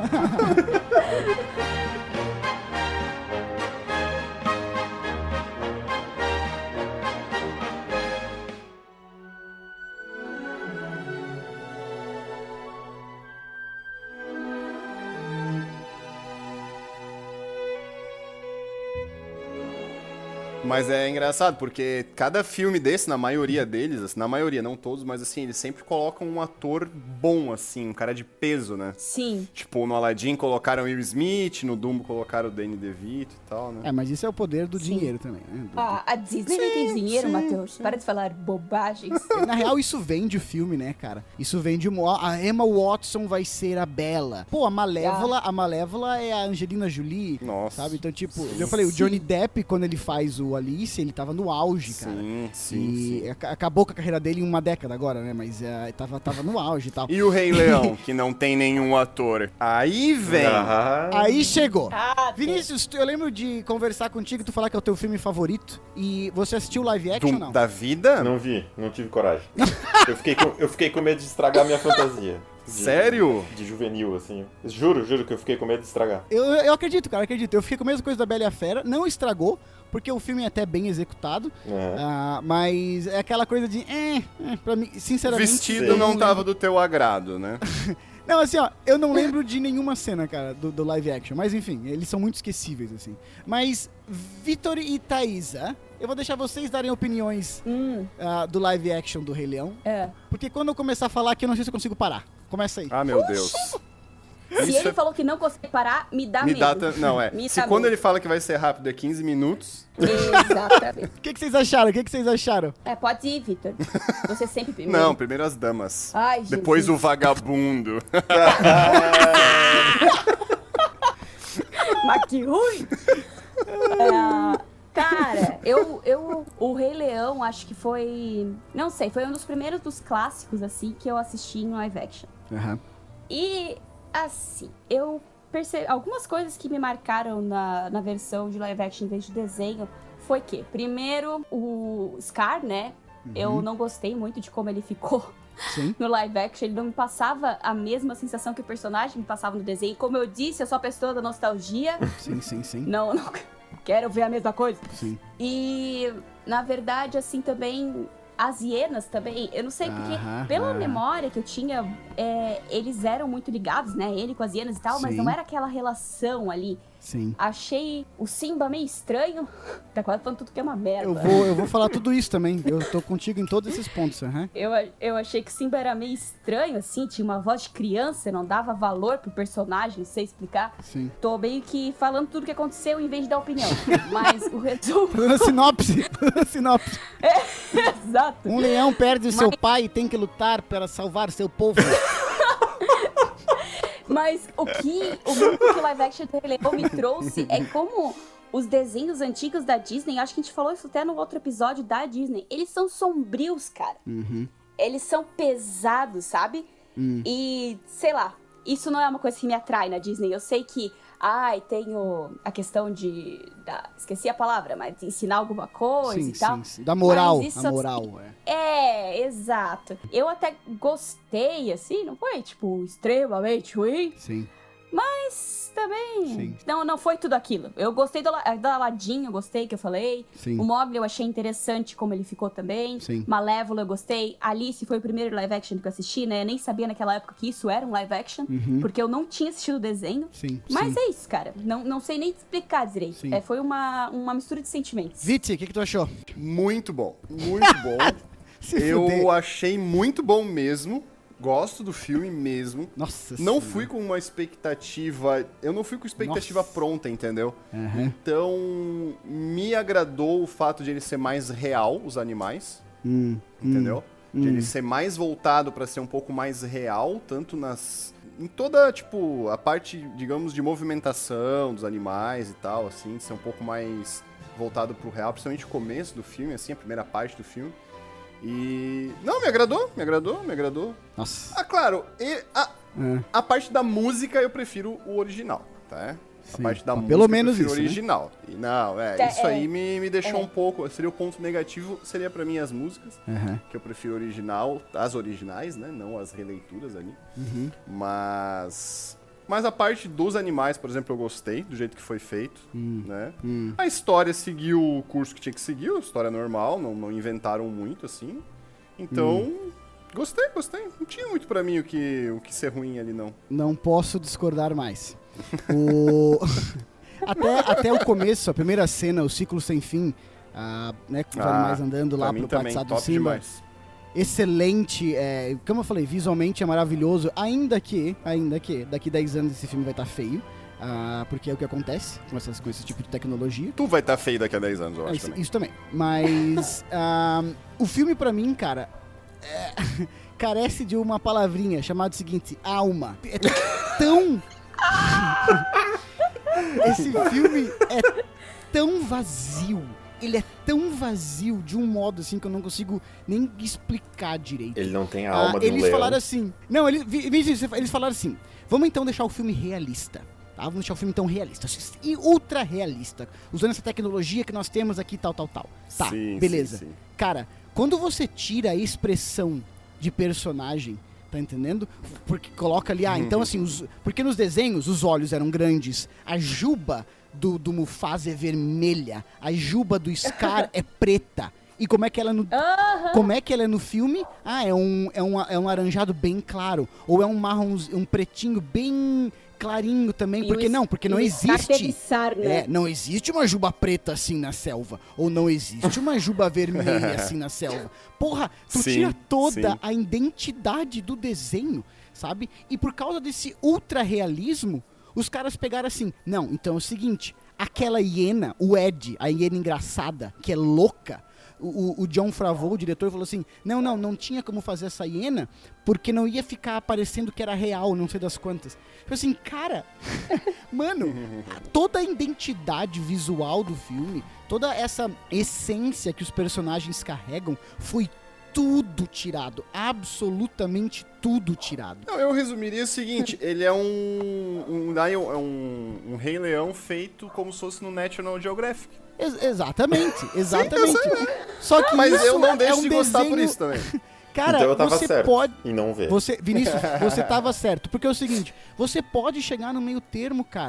Mas é engraçado, porque cada filme desse, na maioria deles, assim, na maioria, não todos, mas assim, eles sempre colocam um ator bom, assim, um cara de peso, né? Sim. Tipo, no Aladdin colocaram o Will Smith, no Dumbo colocaram o Danny DeVito e tal, né? É, mas isso é o poder do Sim. dinheiro também, né? Do- Ah, a Disney não tem dinheiro, Matheus. Para de falar bobagens. Na real, isso vende o filme, né, cara? Isso vende o... A Emma Watson vai ser a Bela. Pô, a Malévola, a Malévola é a Angelina Jolie. Nossa. Sabe? Então, tipo, eu falei, o Johnny Depp, quando ele faz o Alice, ele tava no auge, cara. Sim, sim, E sim. ac- acabou com a carreira dele em uma década agora, né? Mas é, tava, tava no auge e tal. E o Rei Leão, que não tem nenhum ator. Aí vem. Ah, Aí chegou. Ah, Vinícius, tu- eu lembro de conversar contigo, tu falar que é o teu filme favorito. E você assistiu live action ou Do- não? da vida? não vi, não tive coragem. Eu fiquei com, eu fiquei com medo de estragar minha fantasia. De- Sério? De juvenil, assim. Juro, juro que eu fiquei com medo de estragar. Eu, eu acredito, cara, acredito. Eu fiquei com a mesma coisa da Bela e a Fera. Não estragou, porque o filme é até bem executado. É. Ah, mas é aquela coisa de... Eh, eh, pra mim, sinceramente... Vestido eu não lembro- tava do teu agrado, né? Não, assim, ó, eu não lembro de nenhuma cena, cara, do, do live action. Mas enfim, eles são muito esquecíveis, assim. Mas, Vitor e Thaisa, eu vou deixar vocês darem opiniões Hum, ah, do live action do Rei Leão. é. Porque quando eu começar a falar aqui, eu não sei se eu consigo parar. Começa aí. Ah, meu Deus. Se Isso ele é- falou que não consegue parar, me dá Me medo. dá. ta- Não, é. Me Se dá quando medo. ele fala que vai ser rápido é quinze minutos. Exatamente. O que, que vocês acharam? O que, que vocês acharam? É, pode ir, Vitor. Você sempre primeiro. Não, primeiro as damas. Ai, Jesus. Depois o vagabundo. Mas que ruim! É, cara, eu, eu. O Rei Leão, acho que foi. Não sei, foi um dos primeiros dos clássicos, assim, que eu assisti em live action. Aham. E, assim, eu percebi. Algumas coisas que me marcaram na, na versão de live action em vez de desenho foi que, primeiro, o Scar, né? Eu não gostei muito de como ele ficou Sim. no live action. Ele não me passava a mesma sensação que o personagem me passava no desenho. Como eu disse, eu sou a pessoa da nostalgia. Sim, sim, sim. Não, não quero ver a mesma coisa. Sim. E, na verdade, assim, também as hienas também, eu não sei, porque Aham, pela aham. memória que eu tinha, é, eles eram muito ligados, né? Ele com as hienas e tal, mas Sim. não era aquela relação ali. Sim. Achei o Simba meio estranho. Tá quase falando tudo que é uma merda. Eu vou, eu vou falar tudo isso também. Eu tô contigo em todos esses pontos, aham. Eu, a- eu achei que o Simba era meio estranho, assim, tinha uma voz de criança, não dava valor pro personagem, não sei explicar. Sim. Tô meio que falando tudo que aconteceu em vez de dar opinião. Mas o resumo. Tô dando a sinopse. Tô dando a sinopse. Exato. Um leão perde seu pai e tem que lutar para salvar seu povo. Mas o que o mundo que o live action do Rei Leão me trouxe é como os desenhos antigos da Disney, acho que a gente falou isso até no outro episódio da Disney, eles são sombrios, cara. Uhum. Eles são pesados, sabe? Hum. E, sei lá, isso não é uma coisa que me atrai na Disney. Eu sei que, ai, tem o- a questão de, da, esqueci a palavra, mas de ensinar alguma coisa Sim, e tal. sim, sim. Da moral. Mas isso A moral, é. É, exato. Eu até gostei, assim, não foi, tipo, extremamente ruim, Sim. mas também Sim. não, não foi tudo aquilo. Eu gostei do, La- do Aladdin, eu gostei que eu falei. Sim. O Mogli eu achei interessante como ele ficou também. Sim. Malévola eu gostei. Alice foi o primeiro live action que eu assisti, né? Eu nem sabia naquela época que isso era um live action, porque eu não tinha assistido o desenho. Uhum. Sim. Mas sim. é isso, cara. Não, não sei nem explicar direito. Sim. É, foi uma, uma mistura de sentimentos. Viti, o que, que tu achou? Muito bom, muito bom. Se Eu fuder. achei muito bom mesmo. Gosto do filme mesmo. Nossa Não senhora. fui com uma expectativa. Eu não fui com expectativa Nossa. pronta, entendeu? Aham. Então, me agradou o fato de ele ser mais real, os animais, Hum, entendeu? De hum. ele ser mais voltado pra ser um pouco mais real, tanto nas. Em toda, tipo, a parte, digamos, de movimentação dos animais e tal, assim, de ser um pouco mais voltado pro real, principalmente o começo do filme, assim, a primeira parte do filme. E. Não, me agradou, me agradou, me agradou. Nossa. Ah, claro, e a, Ah, a parte da música eu prefiro o original, tá? A Sim. parte da Ah, música pelo eu menos prefiro o isso, né? original. E não, é, É, isso é. aí me, me deixou É. um pouco. Seria o ponto negativo, seria pra mim as músicas, aham. que eu prefiro o original, as originais, né? Não as releituras ali. Uhum. Mas. Mas a parte dos animais, por exemplo, eu gostei do jeito que foi feito, Hum. né? Hum. A história seguiu o curso que tinha que seguir, a história normal, não, não inventaram muito, assim. Então, Hum. gostei, gostei. Não tinha muito pra mim o que, o que ser ruim ali, não. Não posso discordar mais. O... até, até o começo, a primeira cena, o ciclo sem fim, ah, né, com os Ah, animais andando lá pra mim pro também, passado do top Simba. demais. Excelente, é, como eu falei, visualmente é maravilhoso, ainda que, ainda que, daqui dez anos esse filme vai estar feio, ah, porque é o que acontece com, essas, com esse tipo de tecnologia. Tu vai estar feio daqui a dez anos, eu É, acho isso, também. isso também. Mas ah, o filme, pra mim, cara, é, carece de uma palavrinha chamada o seguinte, alma. É tão... Esse filme é tão vazio. Ele é tão vazio de um modo assim que eu não consigo nem explicar direito. Ele não tem a Ah, alma do eles leão. falaram assim. Não, eles, vi- vi- vi- eles falaram assim. Vamos então deixar o filme realista. Tá? Vamos deixar o filme então realista. E ultra realista. Usando essa tecnologia que nós temos aqui, tal, tal, tal. Tá, Sim, beleza. sim, sim. Cara, quando você tira a expressão de personagem, tá entendendo? Porque coloca ali, ah, então assim, os, porque nos desenhos os olhos eram grandes, a juba do, do Mufasa é vermelha, a juba do Scar é preta. E como é que ela é no, Aham. como é que ela é no filme? Ah, é um, é um, é um alaranjado bem claro, ou é um marrom, um pretinho bem clarinho também, E porque o es- não, porque não e o Scar existe. teve sarna. É, não existe uma juba preta assim na selva. Ou não existe uma juba vermelha assim na selva. Porra, tu Sim, tira toda sim. a identidade do desenho, sabe? E por causa desse ultra realismo, os caras pegaram assim, não, então é o seguinte, aquela hiena, o Ed, a hiena engraçada, que é louca, o, o John Favreau, o diretor, falou assim, não, não, não tinha como fazer essa hiena, porque não ia ficar parecendo que era real, não sei das quantas. Falei assim, cara, mano, toda a identidade visual do filme, toda essa essência que os personagens carregam, foi tudo tirado, absolutamente tudo tirado. Não, eu resumiria o seguinte, ele é um, um, lion- é um, um Rei Leão feito como se fosse no National Geographic. Ex- exatamente, exatamente. Só que Mas isso eu não é deixo um de gostar por desenho- isso também. Cara, Então eu tava você certo pode em não ver. Você, Vinícius, você tava certo. Porque é o seguinte, você pode chegar no meio termo, cara.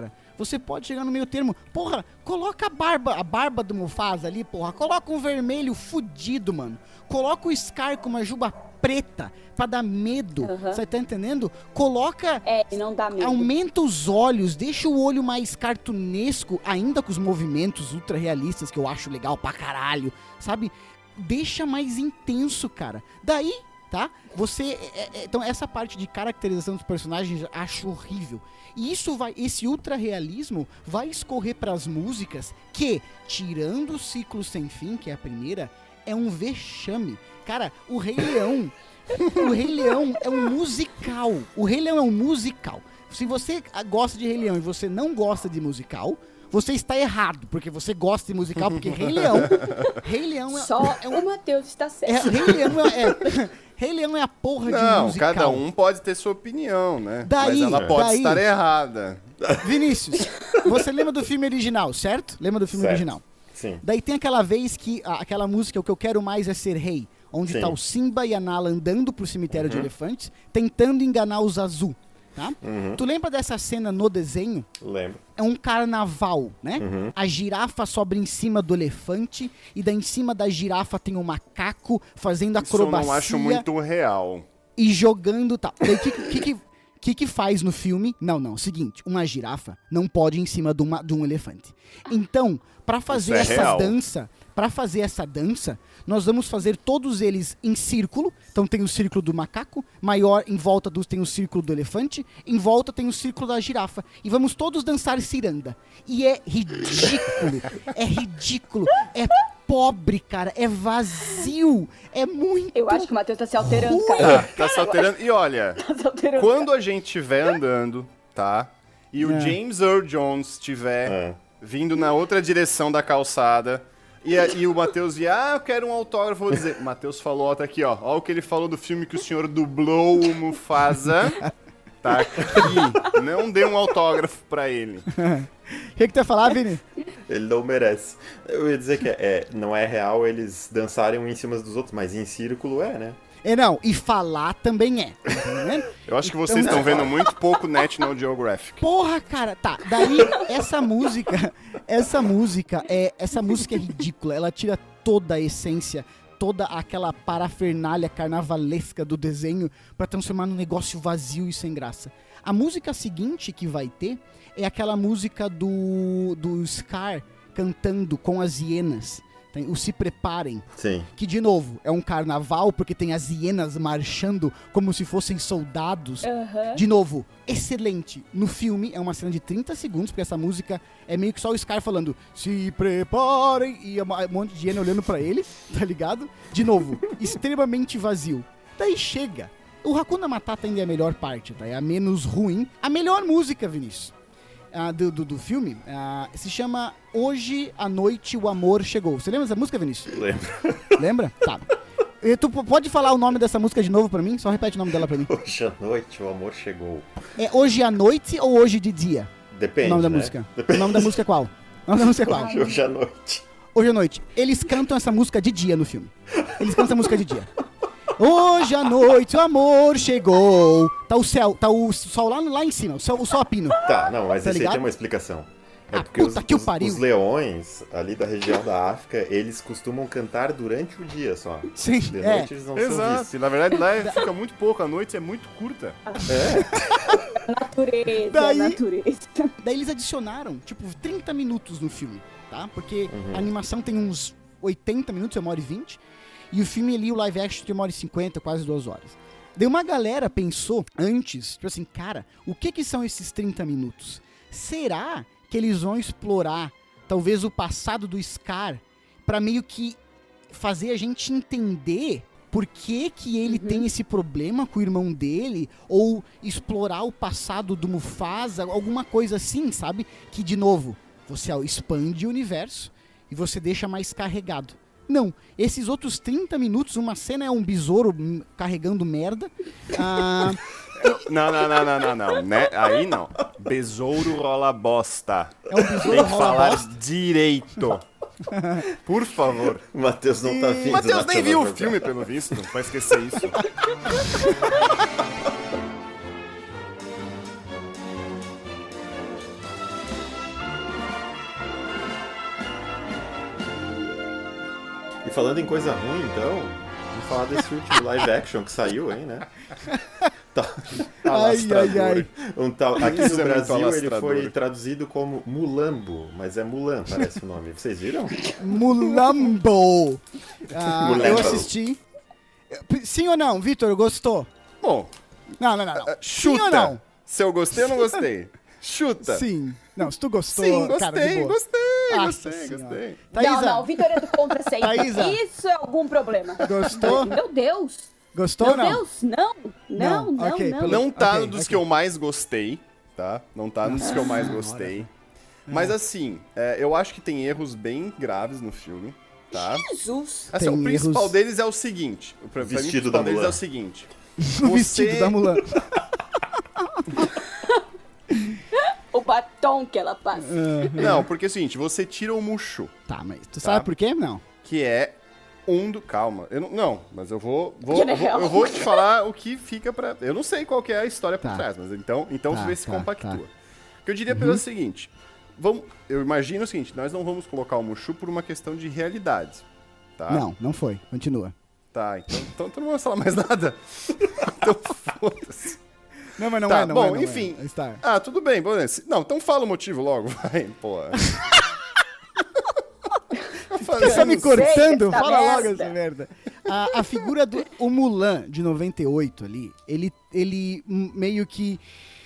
você pode chegar no meio termo. Porra, coloca a barba, a barba do Mufasa ali, porra. Coloca um vermelho fudido, mano. Coloca o Scar com uma juba preta pra dar medo. Uhum. Você tá entendendo? Coloca... É, e não dá medo. Aumenta os olhos, deixa o olho mais cartunesco, ainda com os movimentos ultra realistas, que eu acho legal pra caralho, sabe? Deixa mais intenso, cara. Daí... Tá? Você, é, é, então essa parte de caracterização dos personagens acho horrível. E isso vai, esse ultra realismo vai escorrer para as músicas que, tirando o Ciclo Sem Fim, que é a primeira, é um vexame. Cara, o Rei Leão, o Rei Leão é um musical. O Rei Leão é um musical. Se você gosta de Rei Leão e você não gosta de musical, você está errado, porque você gosta de musical, porque Rei Leão, Rei Leão é, Só é um, o Matheus está certo. É, Rei Leão é, é Rei Leão é a porra não, de um musical. Não, cada um pode ter sua opinião, né? Daí, mas ela pode daí, estar errada. Vinícius, você lembra do filme original, certo? Lembra do filme certo. original? Sim. Daí tem aquela vez que, aquela música, O Que Eu Quero Mais É Ser Rei, onde Sim. tá o Simba e a Nala andando pro cemitério uhum. de elefantes, tentando enganar os Zazu. Tá? Uhum. Tu lembra dessa cena no desenho? Lembro. É um carnaval, né? Uhum. A girafa sobe em cima do elefante e daí em cima da girafa tem um macaco fazendo acrobacia. Isso eu não acho muito real. E jogando tal. Daí o que, que, que, que que faz no filme? Não, não. Seguinte, uma girafa não pode ir em cima de, uma, de um elefante. Então, pra fazer é essa real. dança, para fazer essa dança, nós vamos fazer todos eles em círculo. Então tem o círculo do macaco, maior em volta dos tem o círculo do elefante, em volta tem o círculo da girafa. E vamos todos dançar ciranda. E é ridículo, é ridículo, é pobre, cara, é vazio, é muito... Eu acho que o Matheus tá se alterando, ruim. cara. Tá, tá se alterando. E olha, Tá se alterando, quando cara. a gente estiver andando, tá? E o É. James Earl Jones estiver É. vindo na outra direção da calçada... E, a- e o Matheus via, ah, eu quero um autógrafo, vou dizer. O Matheus falou, ó, tá aqui, ó. Ó o que ele falou do filme que o senhor dublou o Mufasa. Tá aqui. Não dê um autógrafo pra ele. O que que tu ia falar, Vini? Ele não merece. Eu ia dizer que é, é, não é real eles dançarem um em cima dos outros, mas em círculo é, né? É, não, e falar também é. Tá entendendo? Eu acho que vocês estão vendo muito pouco National Geographic. Porra, cara, tá. Daí, essa música, essa música, é, essa música é ridícula. Ela tira toda a essência, toda aquela parafernália carnavalesca do desenho pra transformar num negócio vazio e sem graça. A música seguinte que vai ter é aquela música do, do Scar cantando com as hienas. Tem o Se Preparem. Sim. Que, de novo, é um carnaval, porque tem as hienas marchando como se fossem soldados. Aham. De novo, excelente. No filme, é uma cena de trinta segundos, porque essa música é meio que só o Scar falando Se preparem, e um monte de hiena olhando pra ele, tá ligado? De novo, extremamente vazio. Daí chega. O Hakuna Matata ainda é a melhor parte, tá? É a menos ruim. A melhor música, Vinícius, ah, do, do, do filme, ah, se chama Hoje à Noite o Amor Chegou. Você lembra dessa música, Vinícius? Lembro. Lembra? Tá. E tu p- pode falar o nome dessa música de novo pra mim? Só repete o nome dela pra mim. Hoje à noite o amor chegou. É Hoje à Noite ou Hoje de Dia? Depende, o nome da né? música. Depende. O nome da música é qual? O nome da música é qual? Hoje à noite. Hoje à Noite. Eles cantam essa música de dia no filme. Eles cantam essa música de dia. Hoje à noite o amor chegou. Tá o céu, tá o sol lá, lá em cima, o sol, o sol a pino. Tá, não, mas Tá esse aí ligado? tem uma explicação. É Ah, porque os, puta que o os- pariu. os leões ali da região da África, eles costumam cantar durante o dia só. Sim, De é. noite eles não são Exato. vistos. E na verdade lá é- fica muito pouco, a noite é muito curta. Natureza, Daí- natureza. Daí eles adicionaram, tipo, trinta minutos no filme, tá? Porque Uhum. a animação tem uns oitenta minutos, uma hora e vinte. E o filme ali, o live action, tem uma hora e cinquenta, quase duas horas. Daí uma galera pensou antes, tipo assim, cara, o que que são esses trinta minutos? Será que eles vão explorar, talvez, o passado do Scar pra meio que fazer a gente entender por que que ele tem esse problema com o irmão dele, ou explorar o passado do Mufasa, alguma coisa assim, sabe? Que, de novo, você ó, expande o universo e você deixa mais carregado. Não, esses outros trinta minutos, uma cena é um besouro hum, carregando merda. Ah, Não, não, não, não, não, não. Né? Aí não. Besouro rola bosta. é um besouro Tem que rola falar bosta. direito. Por favor. O Matheus não tá vindo. O Matheus nem viu o Matheus filme, pelo visto. Vai esquecer isso. E falando em coisa ruim, então, vamos falar desse último live action que saiu aí, né? Tá, Ai, ai, ai. Um tal, aqui Isso no é muito Brasil ele alastrador. foi traduzido como Mulambo, mas é Mulan, parece o nome. Vocês viram? Mulambo. Ah, Mulambo. eu assisti. Sim ou não, Vitor, gostou? Bom, Não, não, não. não. uh, Sim ou chuta. não? Se eu gostei ou não gostei? Chuta. Sim. Não, se tu gostou, Sim, cara, de gostei, boa. gostei, Nossa gostei, Senhora. gostei. Thaísa, Não, não, o Vitor é do contra sempre. Thaísa. Isso é algum problema. Gostou? Meu Deus. Gostou Meu ou não? Deus, não. Não, Não, não, ok, não. pelo- Não tá Ok, no dos ok. que eu mais gostei, tá? Não tá no dos que eu mais gostei. Mas assim, é, eu acho que tem erros bem graves no filme, tá? Jesus. Assim, Tem o principal erros- deles é o seguinte. O pra- pra mim, o Vestido principal da deles Mulan. é o seguinte. O vestido da Mulan. O batom que ela passa. Não, porque é o seguinte, você tira o Mushu, Tá, mas tu sabe por quê? Não. que é um do... Calma, eu não, não, mas eu vou, vou, Que eu, vou legal. eu vou te falar o que fica pra... Eu não sei qual que é a história por Tá. trás, mas então, então Tá, vê se tá, compactua. tá. O que eu diria pelo seguinte, vamos, eu imagino o seguinte, nós não vamos colocar o Mushu por uma questão de realidade, tá? Não, não foi. Continua. Tá, então, então, então não vamos falar mais nada. Então foda-se. Não, mas não Tá, é, não bom, é. não enfim. É. Star. Ah, tudo bem, bom, né? Se- Não, então fala o motivo logo, vai, pô. Você tá me não sei cortando? essa Fala logo merda. essa merda. A, a figura do o Mulan, de noventa e oito ali, ele, ele m- meio que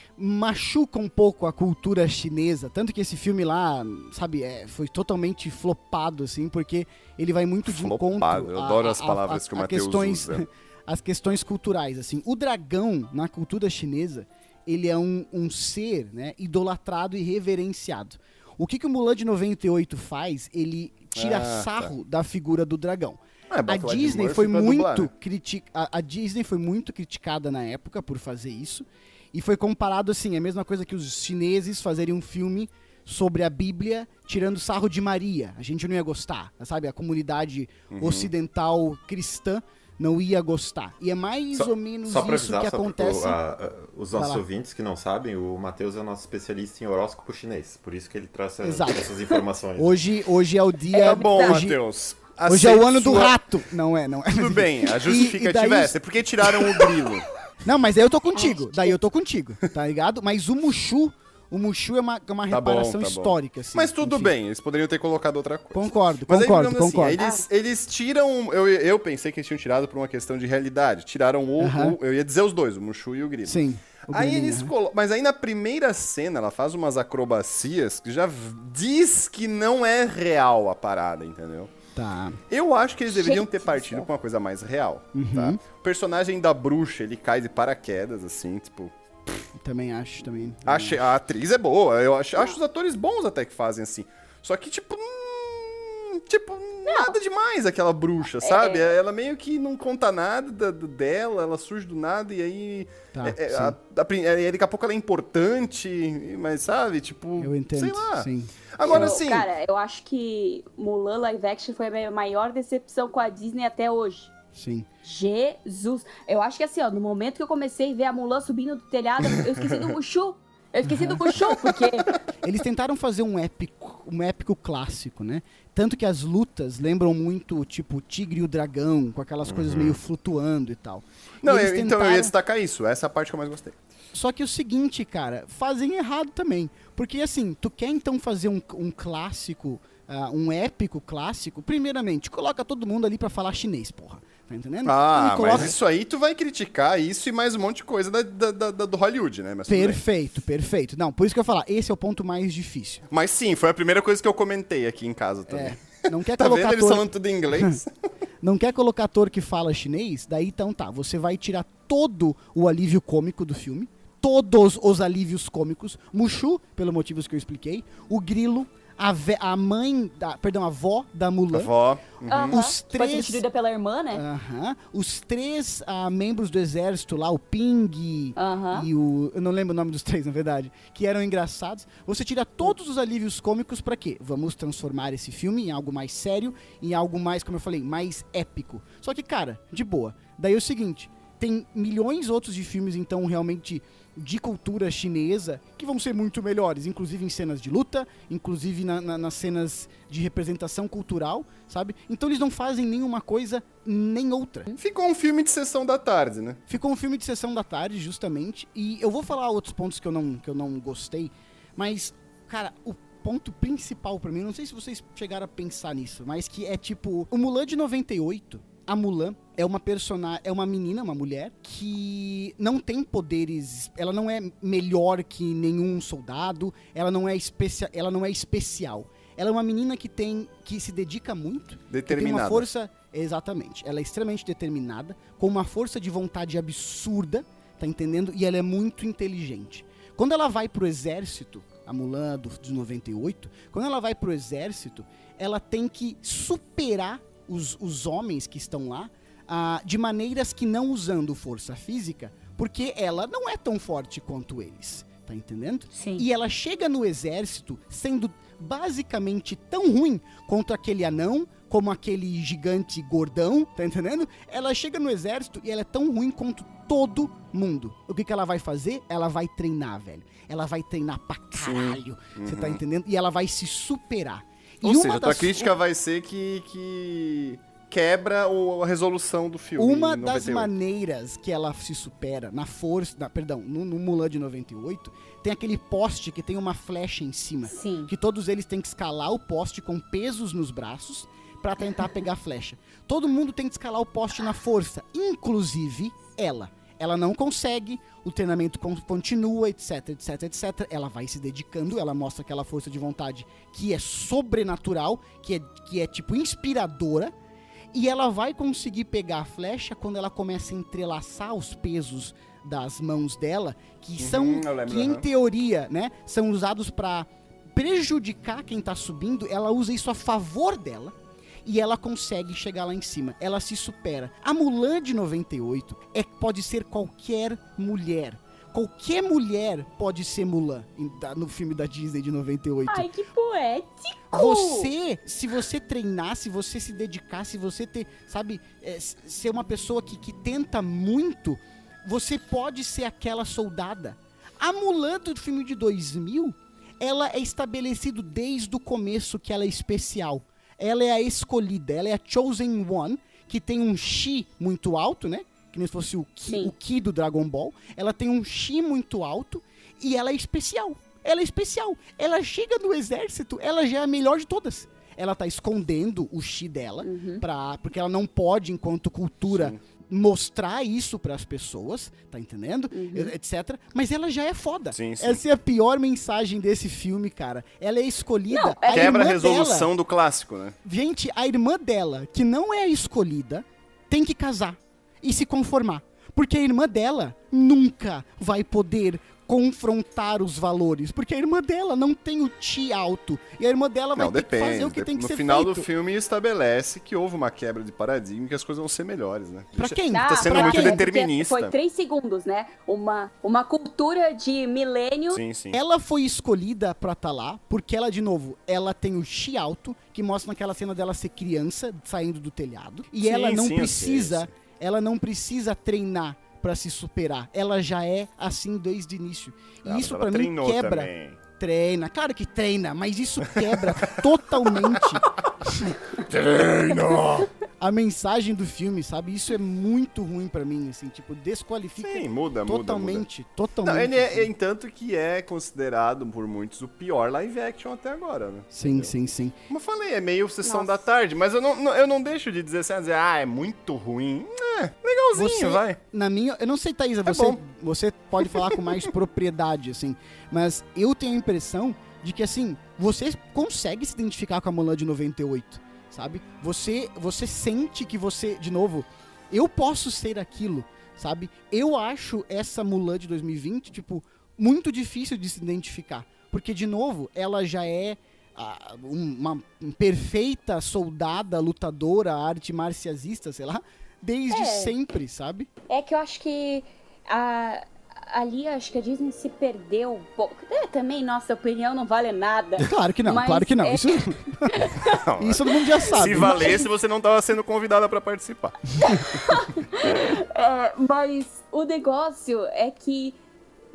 machuca um pouco a cultura chinesa. Tanto que esse filme lá, sabe, é, foi totalmente flopado, assim, porque ele vai muito de Flopado, encontro eu a- adoro a- as a- palavras a- que o a Matheus questões, usa. as questões culturais, assim. O dragão, na cultura chinesa, ele é um, um ser, né, idolatrado e reverenciado. O que, que o Mulan de noventa e oito faz? Ele tira Ah, sarro da figura do dragão. É, A bota o Ed Disney Murphy foi pra muito dublar, né? criti- a, a Disney foi muito criticada na época por fazer isso e foi comparado assim, é a mesma coisa que os chineses fazerem um filme sobre a Bíblia tirando sarro de Maria. A gente não ia gostar, sabe? A comunidade Uhum. ocidental cristã não ia gostar. E é mais Só- ou menos Só pra isso avisar, que só pro- acontece. a- a- os Vai nossos lá. ouvintes que não sabem, o Matheus é o nosso especialista em horóscopo chinês. Por isso que ele traz essa- Exato. essas informações. Hoje, hoje é o dia. Tá bom, hoje, Matheus. hoje é o Aceito ano do sua- rato. Não é, não é. Tudo bem, a E- justificativa e daí- é essa. É porque tiraram o grilo. Não, mas aí eu tô contigo. Daí eu tô contigo, tá ligado? Mas o Mushu, o Mushu é uma, é uma Tá bom, reparação tá bom. histórica, assim. Mas tudo enfim. bem, eles poderiam ter colocado outra coisa. Concordo, Mas aí, concordo, digamos concordo. assim, eles, eles tiram. Eu, eu pensei que eles tinham tirado por uma questão de realidade. Tiraram o, Aham. o- Eu ia dizer os dois, o Mushu e o grilo. Sim. o Aí grilinho, eles né? colocam. Mas aí na primeira cena ela faz umas acrobacias que já v- diz que não é real a parada, entendeu? Tá. Eu acho que eles deveriam Gente ter do partido céu. com uma coisa mais real, Uhum. tá? O personagem da bruxa, ele cai de paraquedas, assim, tipo... Também acho, também. Achei, a atriz é boa, eu acho, acho os atores bons até que fazem assim. Só que, tipo... hum, tipo, nada demais aquela bruxa, sabe? Ela meio que não conta nada da- da- dela, ela surge do nada e aí... Tá, é- é, sim. a- a prin- é, daqui a pouco ela é importante, mas sabe? Tipo, Eu entendo, sei lá. sim. Agora Eu- sim... Cara, eu acho que Mulan live action foi a minha maior decepção com a Disney até hoje. Sim. Jesus. Eu acho que assim, ó, no momento que eu comecei a ver a Mulan subindo do telhado, eu esqueci do Mushu. Eu esqueci do Mushu, porque... Eles tentaram fazer um épico, um épico clássico, né? Tanto que as lutas lembram muito, tipo, o Tigre e o Dragão, com aquelas coisas meio flutuando e tal. E Não, eles eu- então eu tentaram- ia destacar isso, essa é a parte que eu mais gostei. Só que o seguinte, cara, fazem errado também. Porque, assim, tu quer então fazer um, um clássico, ah, um épico clássico, primeiramente, coloca todo mundo ali pra falar chinês, porra. Tá entendendo? Ah, E coloca- mas isso aí tu vai criticar isso e mais um monte de coisa da, da- da- da- do Hollywood, né? Mas, tudo bem. Perfeito, perfeito. Não, por isso que eu ia falar, esse é o ponto mais difícil. Mas sim, foi a primeira coisa que eu comentei aqui em casa também. É, não quer Tá colocar vendo eles ator, falando tudo em inglês? não quer colocar ator que fala chinês, daí então tá, você vai tirar todo o alívio cômico do filme, todos os alívios cômicos, Mushu, pelos motivos que eu expliquei, o grilo, a, ve- a mãe, da, perdão, a avó da Mulan, Vó. Aham, Os que foi três- substituída pela irmã, né? aham, os três ah, membros do exército lá, o Ping Aham. e o... eu não lembro o nome dos três, na verdade, que eram engraçados. Você tira todos os alívios cômicos pra quê? Vamos transformar esse filme em algo mais sério, em algo mais, como eu falei, mais épico. Só que, cara, de boa. Daí é o seguinte, tem milhões outros de filmes, então, realmente de cultura chinesa que vão ser muito melhores, inclusive em cenas de luta, inclusive na, na, nas cenas de representação cultural, sabe? Então eles não fazem nenhuma coisa nem outra. Ficou um filme de sessão da tarde, né? Ficou um filme de sessão da tarde, justamente, e eu vou falar outros pontos que eu não, que eu não gostei, mas, cara, o ponto principal pra mim, não sei se vocês chegaram a pensar nisso, mas que é tipo, o Mulan de noventa e oito, a Mulan é uma personagem, é uma menina, uma mulher, que não tem poderes, ela não é melhor que nenhum soldado, ela não é, especia, ela não é especial. Ela é uma menina que tem, que se dedica muito, Determinada. que tem uma força, exatamente, ela é extremamente determinada, com uma força de vontade absurda, tá entendendo? E ela é muito inteligente. Quando ela vai pro exército, a Mulan do, de noventa e oito, quando ela vai pro exército, ela tem que superar os, os homens que estão lá, ah, de maneiras que não usando força física, porque ela não é tão forte quanto eles, tá entendendo? Sim. E ela chega no exército sendo basicamente tão ruim quanto aquele anão, como aquele gigante gordão, tá entendendo? Ela chega no exército e ela é tão ruim quanto todo mundo. O que que ela vai fazer? Ela vai treinar, velho. Ela vai treinar pra caralho, você Uhum. tá entendendo? E ela vai se superar. Ou e seja, uma a tua das, crítica vai ser que, que quebra o, a resolução do filme. Uma em das noventa e oito. maneiras que ela se supera na força, na, perdão, no, no Mulan de noventa e oito, tem aquele poste que tem uma flecha em cima. Sim. Que todos eles têm que escalar o poste com pesos nos braços pra tentar pegar a flecha. Todo mundo tem que escalar o poste na força, inclusive ela. Ela não consegue, o treinamento con- continua, etc, etc, etcétera. Ela vai se dedicando, ela mostra aquela força de vontade que é sobrenatural, que é, que é tipo inspiradora, e ela vai conseguir pegar a flecha quando ela começa a entrelaçar os pesos das mãos dela, que são, Uhum, eu lembro, que em aham. teoria, né, são usados pra prejudicar quem tá subindo. Ela usa isso a favor dela. E ela consegue chegar lá em cima. Ela se supera. A Mulan de noventa e oito é, pode ser qualquer mulher. Qualquer mulher pode ser Mulan em- da- no filme da Disney de noventa e oito. Ai, que poético! Você, se você treinar, se você se dedicar, se você ter, sabe, é, s- ser uma pessoa que, que tenta muito, você pode ser aquela soldada. A Mulan do filme de dois mil, ela é estabelecido desde o começo que ela é especial. Ela é a escolhida, ela é a chosen one, que tem um chi muito alto, né? Que nem se fosse o ki, Sim. o ki do Dragon Ball. Ela tem um chi muito alto e ela é especial. Ela é especial. Ela chega no exército, ela já é a melhor de todas. Ela tá escondendo o chi dela, pra, porque ela não pode, enquanto cultura, Sim. mostrar isso pras pessoas, tá entendendo? Etc. Mas ela já é foda. Sim, sim. Essa é a pior mensagem desse filme, cara. Ela é escolhida. Não, é- a Quebra a irmã resolução dela- do clássico, né? Gente, a irmã dela, que não é a escolhida, tem que casar e se conformar. Porque a irmã dela nunca vai poder confrontar os valores. Porque a irmã dela não tem o chi alto. E a irmã dela vai Não, ter depende. que fazer o que tem que no ser final feito. do filme estabelece que houve uma quebra de paradigma e que as coisas vão ser melhores, né? Pra quem? Ah, Tá sendo pra muito quê? Porque determinista. Foi três segundos, né? Uma, uma cultura de milênio. Sim, sim. Ela foi escolhida pra estar lá, porque ela, de novo, ela tem o chi alto, que mostra naquela cena dela ser criança, saindo do telhado. E Sim, ela não sim, eu precisa, sei, ela não precisa treinar pra se superar. Ela já é assim desde o início. E Ah, isso mas pra ela mim treinou quebra. também. Treina, claro que treina, mas isso quebra totalmente Treino! a mensagem do filme, sabe? Isso é muito ruim pra mim, assim, tipo, desqualifica Sim, muda, muda, muda. totalmente, totalmente. Não, ele é, assim. entanto que é considerado por muitos o pior live action até agora, né? Sim, Entendeu? sim, sim. Como eu falei, é meio sessão Nossa. da tarde, mas eu não, não- eu não deixo de dizer assim, dizer, ah, é muito ruim. É, legalzinho, Você, vai. na minha, eu não sei, Thaisa, você, bom. você pode falar com mais propriedade, assim, mas eu tenho a impressão de que, assim, você consegue se identificar com a Mulan de noventa e oito, sabe? Você, você sente que você, de novo, eu posso ser aquilo, sabe? Eu acho essa Mulan de dois mil e vinte, tipo, muito difícil de se identificar, porque, de novo, ela já é ah, uma perfeita soldada, lutadora, arte marciazista, sei lá, desde É. sempre, sabe? É que eu acho que a, ali acho que a Disney se perdeu um pouco. É, também, nossa opinião não vale nada. Claro que não, Mas claro que não. é- Isso, isso todo mundo já sabe. Se valesse, você não tava sendo convidada pra participar. É, mas o negócio é que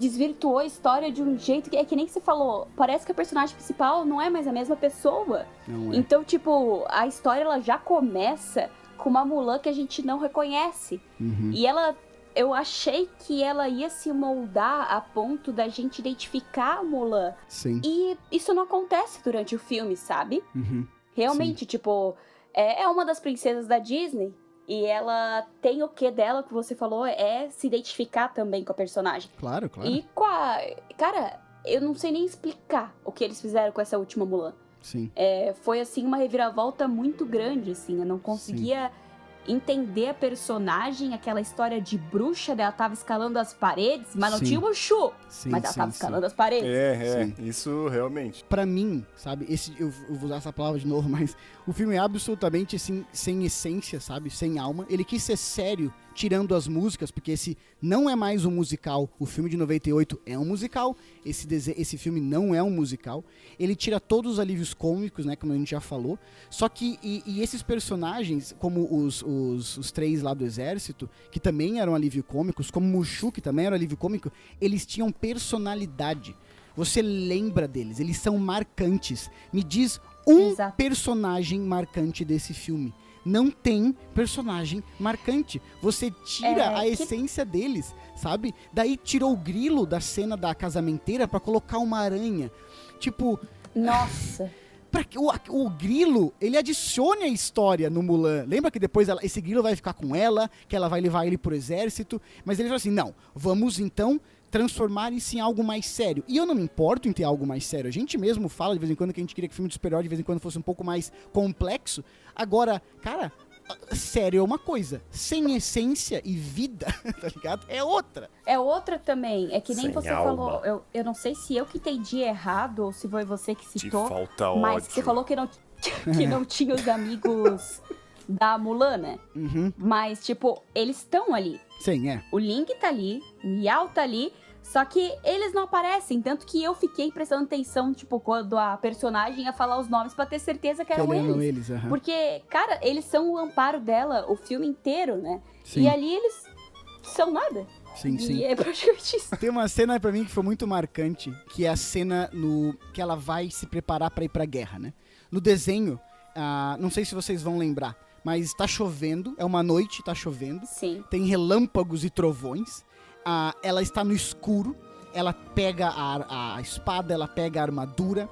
desvirtuou a história de um jeito que é que nem você falou. Parece que a personagem principal não é mais a mesma pessoa. Não é. Então, tipo, a história ela já começa com uma Mulan que a gente não reconhece. Uhum. E ela... Eu achei que ela ia se moldar a ponto da gente identificar a Mulan. Sim. E isso não acontece durante o filme, sabe? Uhum. Realmente, Sim. tipo, é, é uma das princesas da Disney. E ela tem o que dela, que você falou, é se identificar também com a personagem. Claro, claro. E com a... Cara, eu não sei nem explicar o que eles fizeram com essa última Mulan. Sim. É, foi, assim, uma reviravolta muito grande, assim. Eu não conseguia... Sim. entender a personagem, aquela história de bruxa, dela tava escalando as paredes, mas não sim. tinha o Mushu, sim, mas ela sim, tava sim. escalando as paredes. É, é, Sim. isso realmente. Pra mim, sabe, esse, eu, eu vou usar essa palavra de novo, mas o filme é absolutamente assim, sem essência, sabe, sem alma. Ele quis ser sério, tirando as músicas, porque esse não é mais um musical. O filme de noventa e oito é um musical, esse, dese- esse filme não é um musical. Ele tira todos os alívios cômicos, né, como a gente já falou. Só que, e, e esses personagens, como os, os, os três lá do exército, que também eram alívio cômicos, como Mushu, que também era alívio cômico, eles tinham personalidade. Você lembra deles, eles são marcantes. Me diz um Exato. personagem marcante desse filme. Não tem personagem marcante. Você tira É, a que- essência deles, sabe? Daí tirou o grilo da cena da casamenteira pra colocar uma aranha. Tipo, Nossa. pra que o, o grilo, ele adicione a história no Mulan. Lembra que depois ela- esse grilo vai ficar com ela, que ela vai levar ele pro exército, mas ele falou assim, não, vamos então transformar isso em algo mais sério. E eu não me importo em ter algo mais sério. A gente mesmo fala de vez em quando que a gente queria que o filme de super-herói de vez em quando fosse um pouco mais complexo. Agora, cara, sério é uma coisa. Sem essência e vida, tá ligado? É outra. É outra também, é que nem Sem você alma. falou, eu, eu não sei se eu que entendi errado ou se foi você que Te citou, falta mas ódio. você falou que não, que não tinha os amigos da Mulan, né? Uhum. Mas, tipo, eles estão ali. Sim, é. O Link tá ali, o Miau tá ali, só que eles não aparecem, tanto que eu fiquei prestando atenção, tipo, quando a personagem ia falar os nomes pra ter certeza que eram Querendo eles. eles, aham. Porque, cara, eles são o amparo dela o filme inteiro, né? Sim. E ali eles são nada. Sim, sim. E é praticamente isso. Tem uma cena pra mim que foi muito marcante, que é a cena no que ela vai se preparar pra ir pra guerra, né? No desenho, ah, não sei se vocês vão lembrar, mas tá chovendo, é uma noite, tá chovendo, Sim. tem relâmpagos e trovões, ah, ela está no escuro, ela pega a, a espada, ela pega a armadura,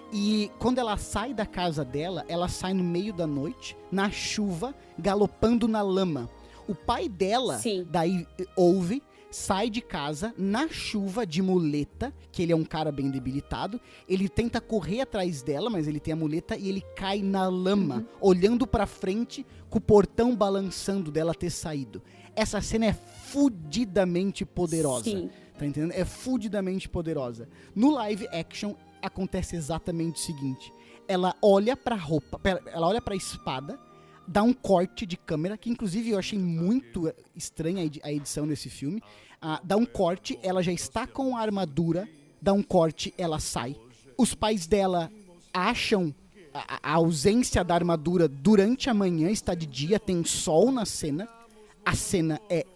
e quando ela sai da casa dela, ela sai no meio da noite, na chuva, galopando na lama. O pai dela, Sim. daí ouve, sai de casa na chuva de muleta, que ele é um cara bem debilitado. Ele tenta correr atrás dela, mas ele tem a muleta e ele cai na lama, Uhum. olhando pra frente, com o portão balançando dela ter saído. Essa cena é fudidamente poderosa. Sim. Tá entendendo? É fudidamente poderosa. No live action acontece exatamente o seguinte: ela olha pra roupa, pera, ela olha pra espada, dá um corte de câmera, que inclusive eu achei muito estranha a edi- a edição desse filme. Ah, dá um corte, ela já está com a armadura, dá um corte, ela sai. Os pais dela acham a, a ausência da armadura durante a manhã, está de dia, tem sol na cena. A cena é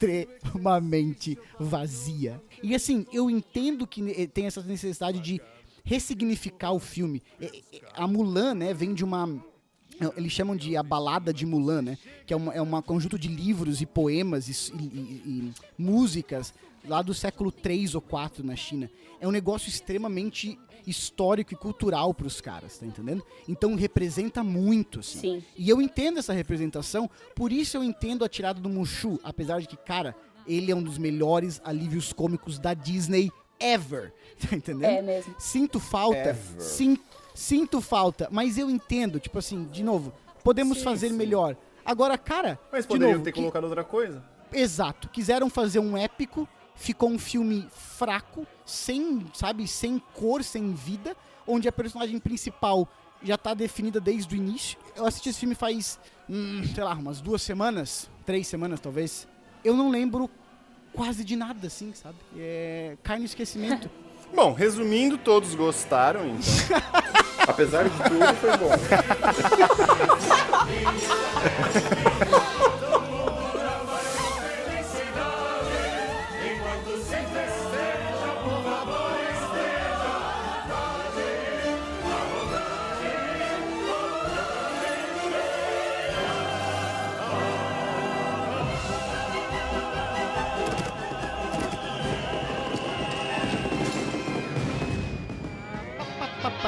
extremamente vazia. E assim, eu entendo que ne- tem essa necessidade de ressignificar o filme. E- e- A Mulan, né, vem de uma... Eles chamam de a balada de Mulan, né? Que é um é uma conjunto de livros e poemas e, s- e- e- e músicas lá do século três ou quatro na China. É um negócio extremamente histórico e cultural pros caras, tá entendendo? Então representa muito, assim. Sim. E eu entendo essa representação, por isso eu entendo a tirada do Mushu, apesar de que, cara, ele é um dos melhores alívios cômicos da Disney ever, tá entendendo? É mesmo. Sinto falta, Ever. sim, sinto falta, mas eu entendo, tipo assim, de novo, podemos Sim, fazer sim. melhor. Agora, cara, Mas de poderiam novo, ter que- colocado outra coisa. exato, quiseram fazer um épico, ficou um filme fraco, sem, sabe, sem cor, sem vida, onde a personagem principal já tá definida desde o início. Eu assisti esse filme faz, hum, sei lá, umas duas semanas, três semanas talvez. Eu não lembro quase de nada, assim, sabe? É, cai no esquecimento. Bom, resumindo, todos gostaram, então. Apesar de tudo, foi bom.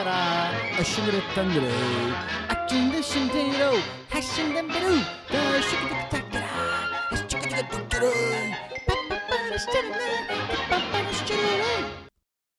para a Xingratandro. A Xingratandro. A Xingratandro.